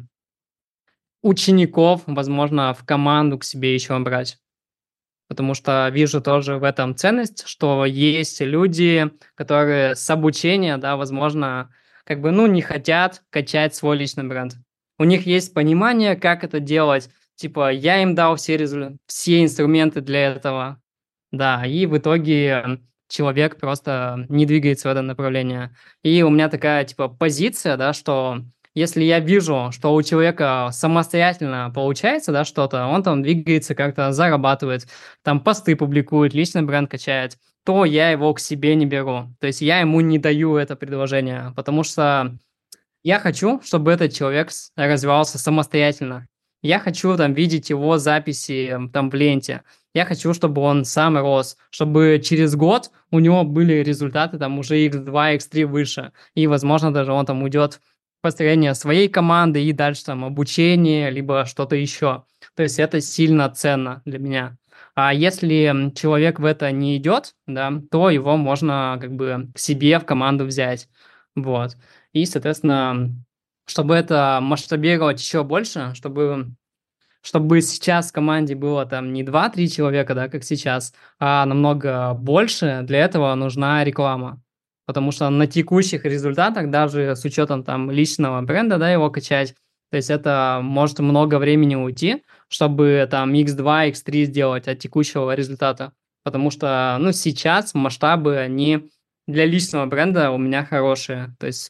S1: учеников, возможно, в команду к себе еще брать. Потому что вижу тоже в этом ценность, что есть люди, которые с обучения, да, возможно, как бы, ну, не хотят качать свой личный бренд. У них есть понимание, как это делать. Типа, я им дал все, резу- все инструменты для этого. Да, и в итоге человек просто не двигается в это направление. И у меня такая, типа, позиция, да, что если я вижу, что у человека самостоятельно получается, да, что-то, он там двигается, как-то зарабатывает, там посты публикует, личный бренд качает, то я его к себе не беру. То есть я ему не даю это предложение, потому что я хочу, чтобы этот человек с- развивался самостоятельно. Я хочу там видеть его записи м, там в ленте. Я хочу, чтобы он сам рос, чтобы через год у него были результаты там уже икс два, икс три выше. И, возможно, даже он там уйдет в построение своей команды и дальше там обучение, либо что-то еще. То есть это сильно ценно для меня. А если м, человек в это не идет, да, то его можно как бы к себе в команду взять. Вот. И, соответственно, чтобы это масштабировать еще больше, чтобы, чтобы сейчас в команде было там не два-три человека, да, как сейчас, а намного больше, для этого нужна реклама. Потому что на текущих результатах, даже с учетом там личного бренда, да, его качать, то есть это может много времени уйти, чтобы там икс два, икс три сделать от текущего результата. Потому что, ну, сейчас масштабы, они для личного бренда у меня хорошие. То есть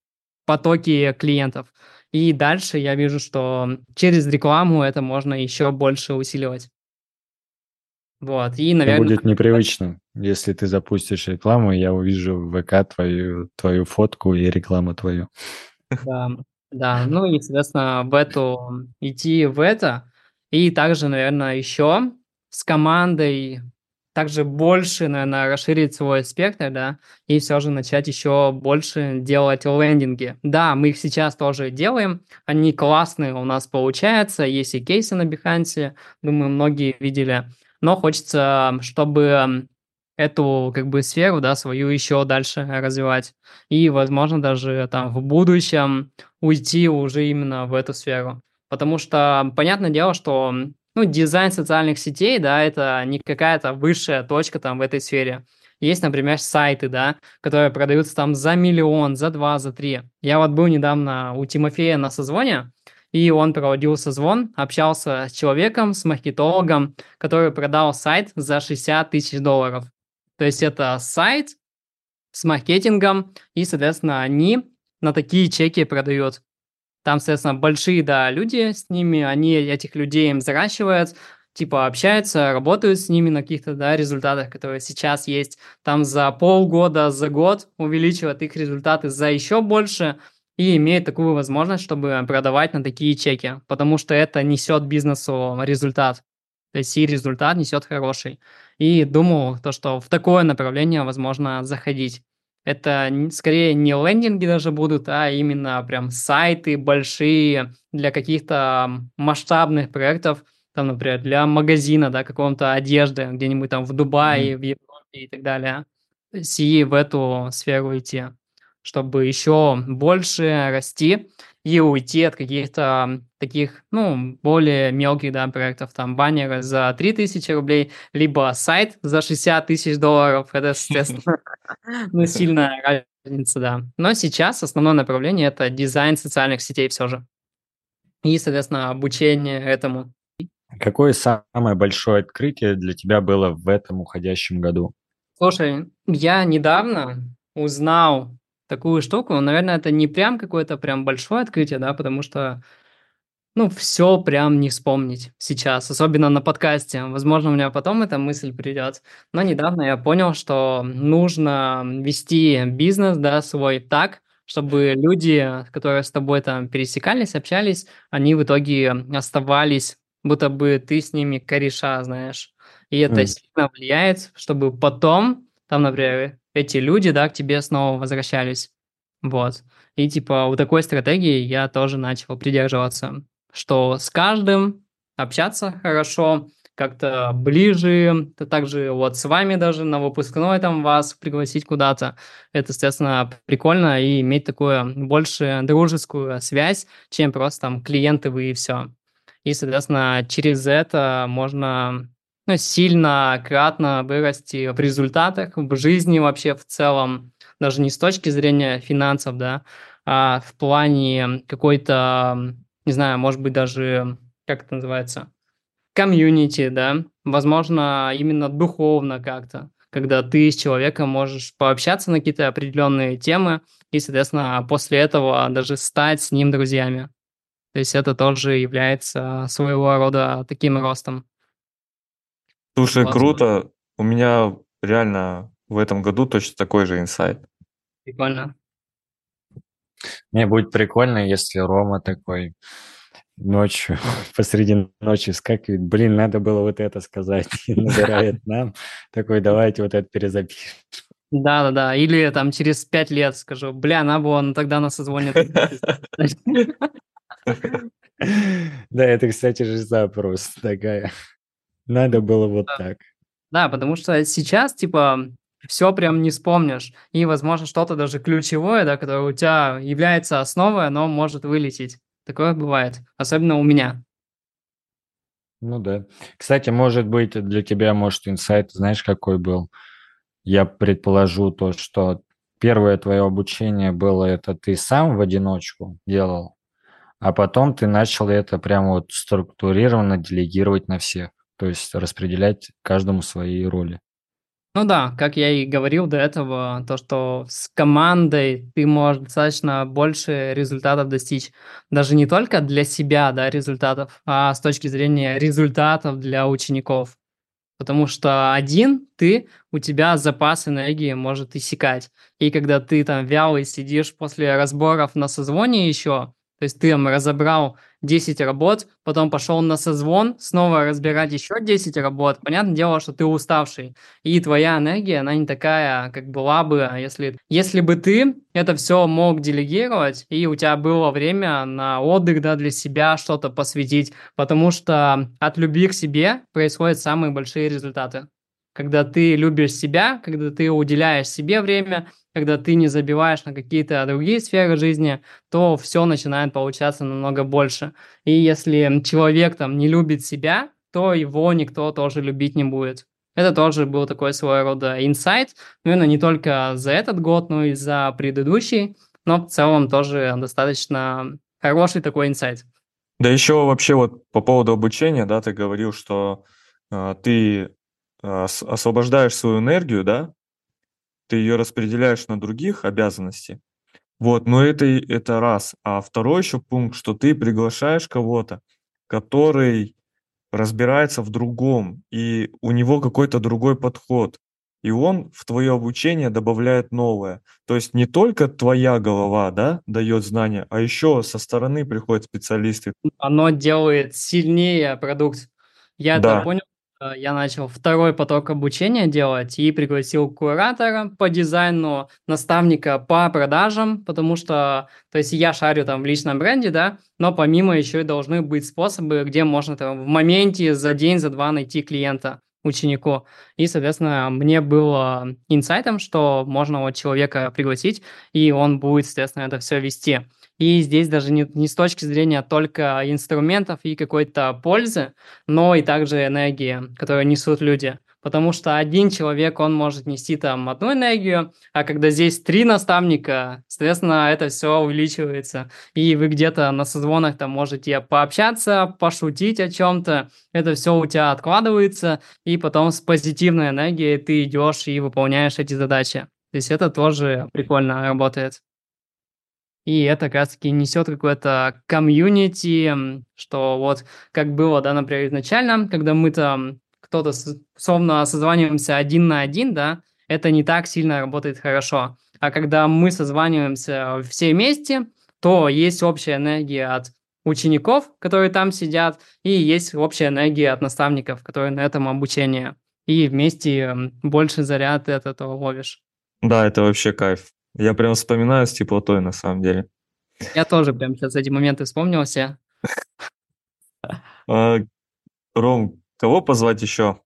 S1: потоки клиентов. И дальше я вижу, что через рекламу это можно еще больше усиливать. Вот, и,
S3: Это
S1: наверное,
S3: будет непривычно, если ты запустишь рекламу, и я увижу в ВК твою, твою фотку и рекламу твою.
S1: да, да, ну и, соответственно, в эту идти в это. И также, наверное, еще с командой также больше, наверное, расширить свой спектр, да, и все же начать еще больше делать лендинги. Да, мы их сейчас тоже делаем, они классные у нас получаются, есть и кейсы на Behance, думаю, многие видели, но хочется, чтобы эту как бы сферу, да, свою еще дальше развивать. И, возможно, даже там в будущем уйти уже именно в эту сферу. Потому что, понятное дело, что ну, дизайн социальных сетей, да, это не какая-то высшая точка там в этой сфере. Есть, например, сайты, да, которые продаются там за миллион, за два, за три. Я вот был недавно у Тимофея на созвоне, и он проводил созвон, общался с человеком, с маркетологом, который продал сайт за шестьдесят тысяч долларов. То есть это сайт с маркетингом, и, соответственно, они на такие чеки продают. Там, соответственно, большие, да, люди с ними, они этих людей им взращивают, типа общаются, работают с ними на каких-то, да, результатах, которые сейчас есть. Там за полгода, за год увеличивают их результаты за еще больше и имеют такую возможность, чтобы продавать на такие чеки, потому что это несет бизнесу результат. То есть и результат несет хороший. И думал, то, что в такое направление возможно заходить. Это н- скорее не лендинги даже будут, а именно прям сайты большие для каких-то м, масштабных проектов, там, например, для магазина, да, какого-то одежды, где-нибудь там в Дубае, в Европе и так далее. То есть и в эту сферу идти, чтобы еще больше расти и уйти от каких-то м, таких, ну, более мелких, да, проектов, там, баннеры за три тысячи рублей, либо сайт за шестьдесят тысяч долларов, это, естественно, ну, сильная разница, да. Но сейчас основное направление – это дизайн социальных сетей все же. И, соответственно, обучение этому.
S3: Какое самое большое открытие для тебя было в этом уходящем году?
S1: Слушай, я недавно узнал такую штуку. Наверное, это не прям какое-то прям большое открытие, да, потому что, ну, все прям не вспомнить сейчас, особенно на подкасте. Возможно, у меня потом эта мысль придет. Но недавно я понял, что нужно вести бизнес, да, свой так, чтобы люди, которые с тобой там пересекались, общались, они в итоге оставались, будто бы ты с ними кореша, знаешь. И это
S3: М.
S1: сильно влияет, чтобы потом, там, например, эти люди, да, к тебе снова возвращались. Вот. И типа у такой стратегии я тоже начал придерживаться, что с каждым общаться хорошо, как-то ближе, то также вот с вами даже на выпускной там вас пригласить куда-то. Это, естественно, прикольно и иметь такую больше дружескую связь, чем просто там клиенты вы и все. И, соответственно, через это можно ну, сильно, кратно вырасти в результатах, в жизни вообще в целом, даже не с точки зрения финансов, да, а в плане какой-то, м, не знаю, может быть, даже, как это называется, комьюнити, да, возможно, именно духовно как-то, когда ты с человеком можешь пообщаться на какие-то определенные темы и, соответственно, после этого даже стать с ним друзьями. То есть это тоже является своего рода таким ростом.
S2: Слушай,
S1: Вот,
S2: круто. У меня реально в этом году точно такой же инсайт.
S1: прикольно.
S3: Мне будет прикольно, если Рома такой ночью, посреди ночи скакивает. Блин, надо было вот это сказать. И набирает нам. Такой, давайте вот это перезапишем.
S1: Да-да-да, или там через пять лет скажу, бля, надо было ну, тогда на созвоне так написать.
S3: Да, это, кстати, жиза просто такая. Надо было вот так.
S1: Да, потому что сейчас, типа, все прям не вспомнишь. И, возможно, что-то даже ключевое, да, которое у тебя является основой, оно может вылететь. Такое бывает. Особенно у меня.
S3: Ну да. Кстати, может быть, для тебя, может, инсайт, знаешь, какой был? Я предположу то, что первое твое обучение было, это ты сам в одиночку делал, а потом ты начал это прям вот структурированно делегировать на всех, то есть распределять каждому свои роли.
S1: Ну да, как я и говорил до этого, то, что с командой ты можешь достаточно больше результатов достичь. Даже не только для себя, да, результатов, а с точки зрения результатов для учеников. Потому что один ты, у тебя запас энергии может иссякать. И когда ты там вялый сидишь после разборов на созвоне еще, то есть ты там разобрал десять работ, потом пошел на созвон, снова разбирать еще десять работ. Понятное дело, что ты уставший, и твоя энергия, она не такая, как была бы, если, если бы ты это все мог делегировать, и у тебя было время на отдых, да, для себя, что-то посвятить, потому что от любви к себе происходят самые большие результаты. Когда ты любишь себя, когда ты уделяешь себе время, когда ты не забиваешь на какие-то другие сферы жизни, то все начинает получаться намного больше. И если человек там не любит себя, то его никто тоже любить не будет. Это тоже был такой своего рода инсайт, наверное, не только за этот год, но и за предыдущий, но в целом тоже достаточно хороший такой инсайт.
S2: Да еще вообще вот по поводу обучения, да, ты говорил, что а, ты а, с- освобождаешь свою энергию, да, ты ее распределяешь на других обязанностей. Вот, но это, и- это раз. А второй еще пункт, что ты приглашаешь кого-то, который разбирается в другом, и у него какой-то другой подход, и он в твое обучение добавляет новое. То есть не только твоя голова, да, дает знания, а еще со стороны приходят специалисты.
S1: Оно делает сильнее продукт. Я это
S2: Да,
S1: понял. э, Я начал второй поток обучения делать и пригласил куратора по дизайну, наставника по продажам, потому что, то есть я шарю там в личном бренде, да, но помимо еще и должны быть способы, где можно там в моменте за день, за два найти клиента, ученику. И, соответственно, мне было инсайтом, что можно вот человека пригласить, и он будет, соответственно, это все вести. И здесь даже не, не с точки зрения только инструментов и какой-то пользы, но и также энергии, которую несут люди. Потому что один человек, он может нести там одну энергию, а когда здесь три наставника, соответственно, это все увеличивается. И вы где-то на созвонах там можете пообщаться, пошутить о чем-то. Это все у тебя откладывается, и потом с позитивной энергией ты идешь и выполняешь эти задачи. То есть это тоже прикольно работает. И это как раз таки несет какое-то комьюнити, м, что вот как было, да, например, изначально, когда мы там кто-то, с- условно, созваниваемся один на один, да, это не так сильно работает хорошо. А когда мы созваниваемся все вместе, то есть общая энергия от учеников, которые там сидят, и есть общая энергия от наставников, которые на этом обучении. И вместе м, больше заряд от этого ловишь.
S2: да, это вообще кайф. Я прям вспоминаю с теплотой на самом деле.
S1: Я тоже прям сейчас эти моменты вспомнил все.
S2: А, Ром, кого позвать еще?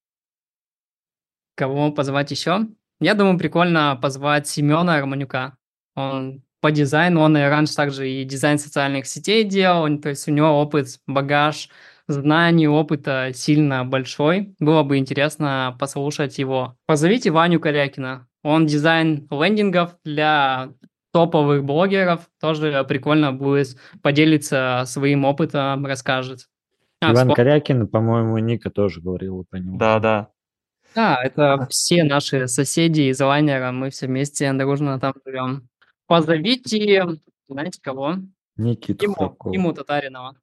S1: Кого позвать еще? Я думаю, прикольно позвать Семена Романюка. Он по дизайну, он и раньше также и дизайн социальных сетей делал, он- то есть у него опыт, багаж знаний, опыта сильно большой. Было бы интересно послушать его. Позовите Ваню Корякина. Он дизайн лендингов для топовых блогеров. Тоже прикольно будет поделиться своим опытом, расскажет. А,
S3: Иван
S1: вспомнил.
S3: Корякин, по-моему, Ника тоже говорила про него.
S2: Да, да.
S1: Да, это все наши соседи из лайнера, мы все вместе дружно там живем. Позовите, знаете кого?
S3: Никиту
S1: Тиму,
S3: Храбкова.
S1: Тиму Татаринова.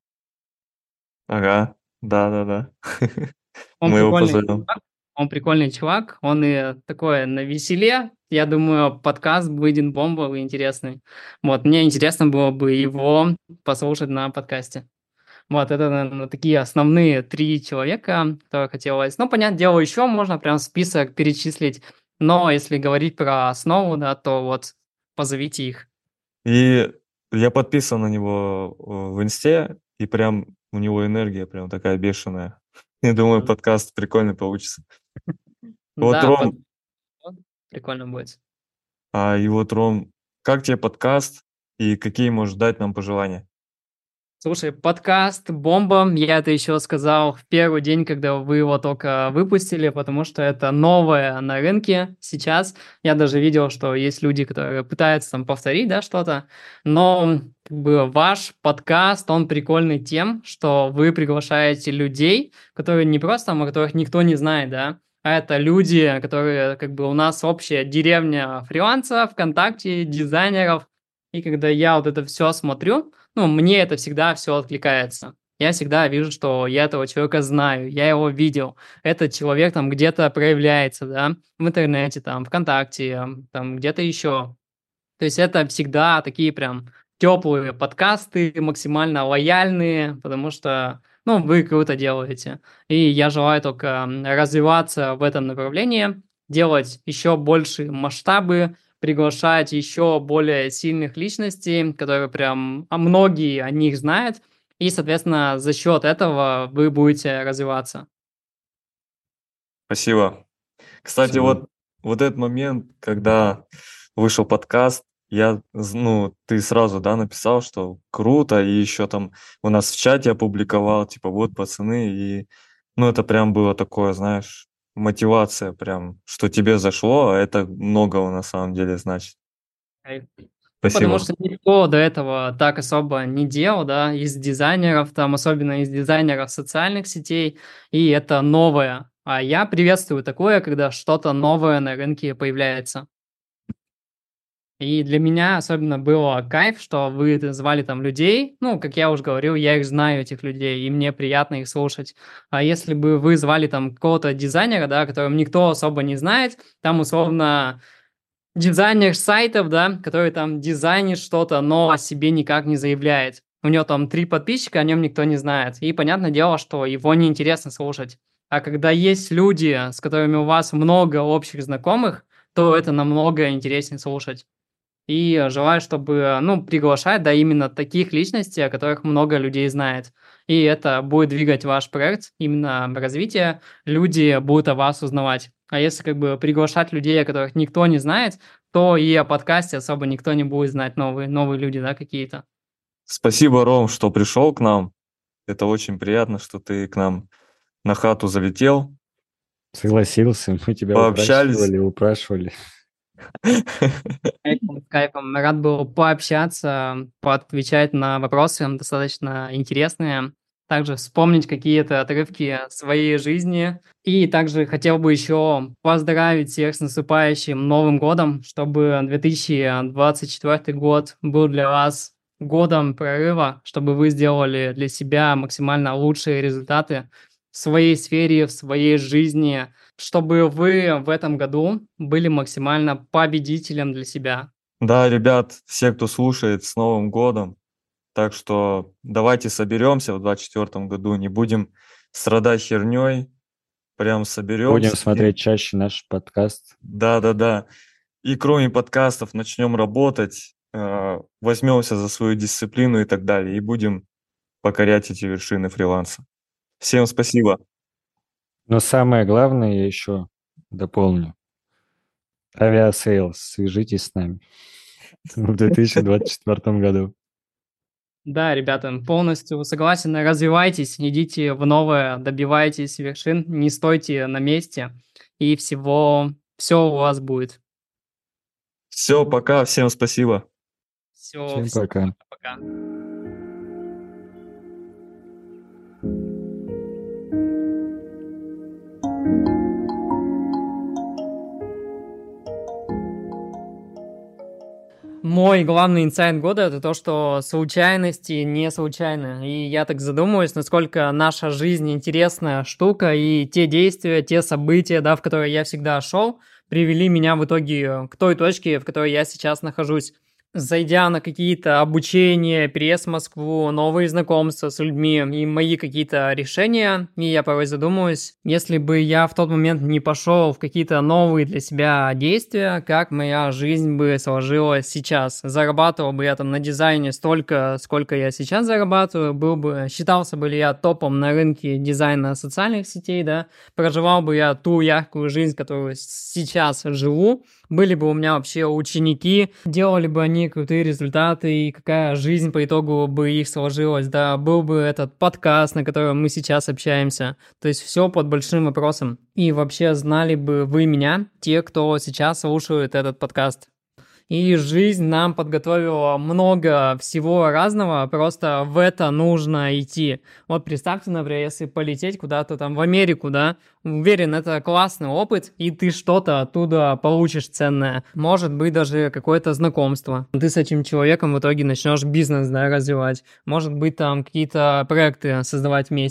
S2: Ага, да, да, да.
S1: Он
S2: Мы его
S1: прикольный
S2: позовем.
S1: чувак, он прикольный чувак, он и такой на веселе. Я думаю, подкаст выйдет бомбовый, интересный. Вот, мне интересно было бы его послушать на подкасте. Вот, это, наверное, такие основные три человека, которые хотелось. Ну, понятное дело, еще можно прям список перечислить, но если говорить про основу, да, то вот позовите их.
S2: И я подписан на него э, в инсте, и прям у него энергия прям такая бешеная. Я думаю,
S1: М.
S2: подкаст прикольный получится. Вот,
S1: Да, под-
S2: Ром,
S1: прикольно будет.
S2: а и вот, Ром, как тебе подкаст и какие можешь дать нам пожелания?
S1: Слушай, подкаст бомба. Я это еще сказал в первый день, когда вы его только выпустили, потому что это новое на рынке сейчас. Я даже видел, что есть люди, которые пытаются там повторить, да, что-то. Но как бы ваш подкаст, он прикольный тем, что вы приглашаете людей, которые не просто там, о которых никто не знает, да, а это люди, которые как бы у нас общая деревня фрилансеров, ВКонтакте, дизайнеров. И когда я вот это все смотрю, ну, мне это всегда все откликается. Я всегда вижу, что я этого человека знаю, я его видел. Этот человек там где-то проявляется, да, в интернете, там, ВКонтакте, там, где-то еще. То есть это всегда такие прям теплые подкасты, максимально лояльные, потому что, ну, вы круто делаете. И я желаю только м, развиваться в этом направлении, делать еще больше масштабы, приглашать еще более сильных личностей, которые прям, а многие о них знают, и, соответственно, за счет этого вы будете развиваться.
S2: Спасибо. Кстати,
S3: Спасибо.
S2: вот, вот этот момент, когда вышел подкаст, я, з- ну, ты сразу, да, написал, что круто, и еще там у нас в чате опубликовал, типа, вот, пацаны, и, ну, это прям было такое, знаешь, мотивация прям, что тебе зашло, а это многого на самом деле значит.
S1: Кайф. Ну, потому
S2: Спасибо.
S1: что никто до этого так особо не делал, да, из дизайнеров, там, особенно из дизайнеров социальных сетей, и это новое. А я приветствую такое, когда что-то новое на рынке появляется. И для меня особенно было кайф, что вы т- звали там людей. Ну, как я уже говорил, я их знаю, этих людей, и мне приятно их слушать. А если бы вы звали там какого-то дизайнера, да, которого никто особо не знает, там условно дизайнер сайтов, да, который там дизайнит что-то, но о себе никак не заявляет. У него там три подписчика, о нем никто не знает. И понятное дело, что его неинтересно слушать. А когда есть люди, с которыми у вас много общих знакомых, то это намного интереснее слушать. И желаю, чтобы, ну, приглашать, да, именно таких личностей, о которых много людей знает. И это будет двигать ваш проект, именно развитие. Люди будут о вас узнавать. А если как бы приглашать людей, о которых никто не знает, то и о подкасте особо никто не будет знать, новые, новые люди, да, какие-то.
S2: Спасибо, Ром, что пришел к нам. Это очень приятно, что ты к нам на хату залетел.
S3: Согласился, мы тебя
S2: Пообщались.
S3: упрашивали, упрашивали.
S1: Кайфом, с кайфом. Рад был пообщаться, поотвечать на вопросы достаточно интересные. Также вспомнить какие-то отрывки своей жизни. И также хотел бы еще поздравить всех с наступающим Новым годом, чтобы две тысячи двадцать четвёртый год был для вас годом прорыва, чтобы вы сделали для себя максимально лучшие результаты в своей сфере, в своей жизни, чтобы вы в этом году были максимально победителем для себя.
S2: Да, ребят, все, кто слушает, с Новым годом. Так что давайте соберемся в двадцать четвёртом году, не будем страдать херней, прям
S3: Будем
S2: соберемся.
S3: смотреть чаще наш подкаст.
S2: Да, да, да. И кроме подкастов начнем работать, э, возьмемся за свою дисциплину и так далее, и будем покорять эти вершины фриланса. Всем спасибо.
S3: Но самое главное, я еще дополню. Авиасейлс, свяжитесь с нами в две тысячи двадцать четвёртом году.
S1: Да, ребята, полностью согласен. Развивайтесь, идите в новое, добивайтесь вершин, не стойте на месте, и всего, все у вас будет.
S2: Все, пока, всем спасибо.
S1: Все,
S3: Всем пока.
S1: пока. Мой главный инсайт года – это то, что случайности не случайны. И я так задумываюсь, насколько наша жизнь интересная штука, и те действия, те события, да, в которые я всегда шел, привели меня в итоге к той точке, в которой я сейчас нахожусь. Зайдя на какие-то обучения, переезд в Москву, новые знакомства с людьми и мои какие-то решения, и я порой задумываюсь, если бы я в тот момент не пошел в какие-то новые для себя действия, как моя жизнь бы сложилась сейчас. Зарабатывал бы я там на дизайне столько, сколько я сейчас зарабатываю, был бы, считался бы ли я топом на рынке дизайна социальных сетей, да, проживал бы я ту яркую жизнь, которую сейчас живу, были бы у меня вообще ученики, делали бы они крутые результаты, и какая жизнь по итогу бы их сложилась, да, был бы этот подкаст, на котором мы сейчас общаемся, то есть все под большим вопросом. И вообще знали бы вы меня, те, кто сейчас слушает этот подкаст. И жизнь нам подготовила много всего разного, просто в это нужно идти. Вот представьте, например, если полететь куда-то там в Америку, да, уверен, это классный опыт, и ты что-то оттуда получишь ценное. Может быть, даже какое-то знакомство. Ты с этим человеком в итоге начнешь бизнес, да, развивать. Может быть, там какие-то проекты создавать вместе.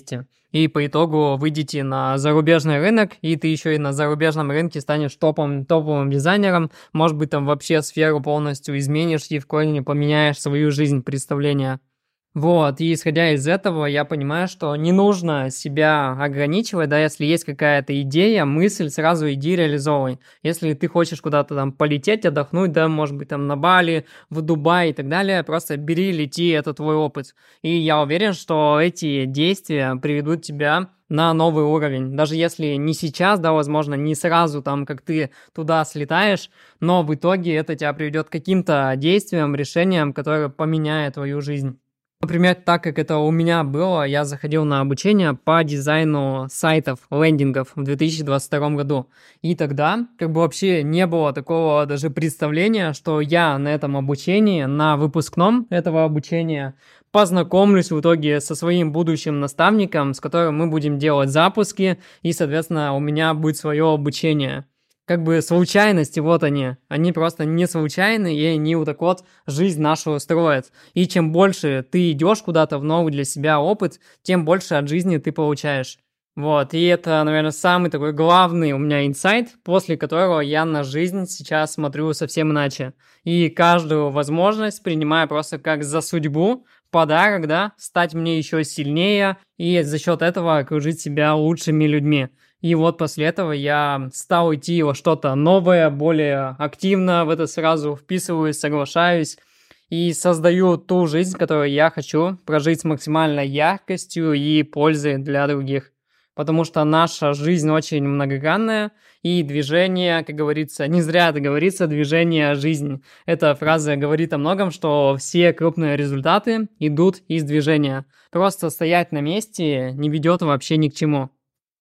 S1: и по итогу выйдете на зарубежный рынок, и ты еще и на зарубежном рынке станешь топовым, топовым дизайнером, может быть, там вообще сферу полностью изменишь и в корне поменяешь свою жизнь, представление. Вот, и исходя из этого, я понимаю, что не нужно себя ограничивать, да, если есть какая-то идея, мысль, сразу иди реализовывай. Если ты хочешь куда-то там полететь, отдохнуть, да, может быть, там на Бали, в Дубай и так далее, просто бери, лети, это твой опыт. И я уверен, что эти действия приведут тебя на новый уровень. Даже если не сейчас, да, возможно, не сразу там, как ты туда слетаешь, но в итоге это тебя приведет к каким-то действиям, решениям, которые поменяют твою жизнь. Например, так как это у меня было, я заходил на обучение по дизайну сайтов, лендингов в две тысячи двадцать втором году. И тогда как бы вообще не было такого даже представления, что я на этом обучении, на выпускном этого обучения, познакомлюсь в итоге со своим будущим наставником, с которым мы будем делать запуски, и, соответственно, у меня будет свое обучение. Как бы случайности, вот они, они просто не случайны, и они вот так вот жизнь нашу строят. И чем больше ты идешь куда-то в новый для себя опыт, тем больше от жизни ты получаешь. Вот, и это, наверное, самый такой главный у меня инсайт, после которого я на жизнь сейчас смотрю совсем иначе. И каждую возможность принимаю просто как за судьбу, подарок, да, стать мне еще сильнее и за счет этого окружить себя лучшими людьми. И вот после этого я стал идти во что-то новое, более активно в это сразу вписываюсь, соглашаюсь и создаю ту жизнь, которую я хочу прожить с максимальной яркостью и пользой для других. Потому что наша жизнь очень многогранная, и движение, как говорится, не зря это говорится, движение – жизнь. Эта фраза говорит о многом, что все крупные результаты идут из движения. Просто стоять на месте не ведет вообще ни к чему.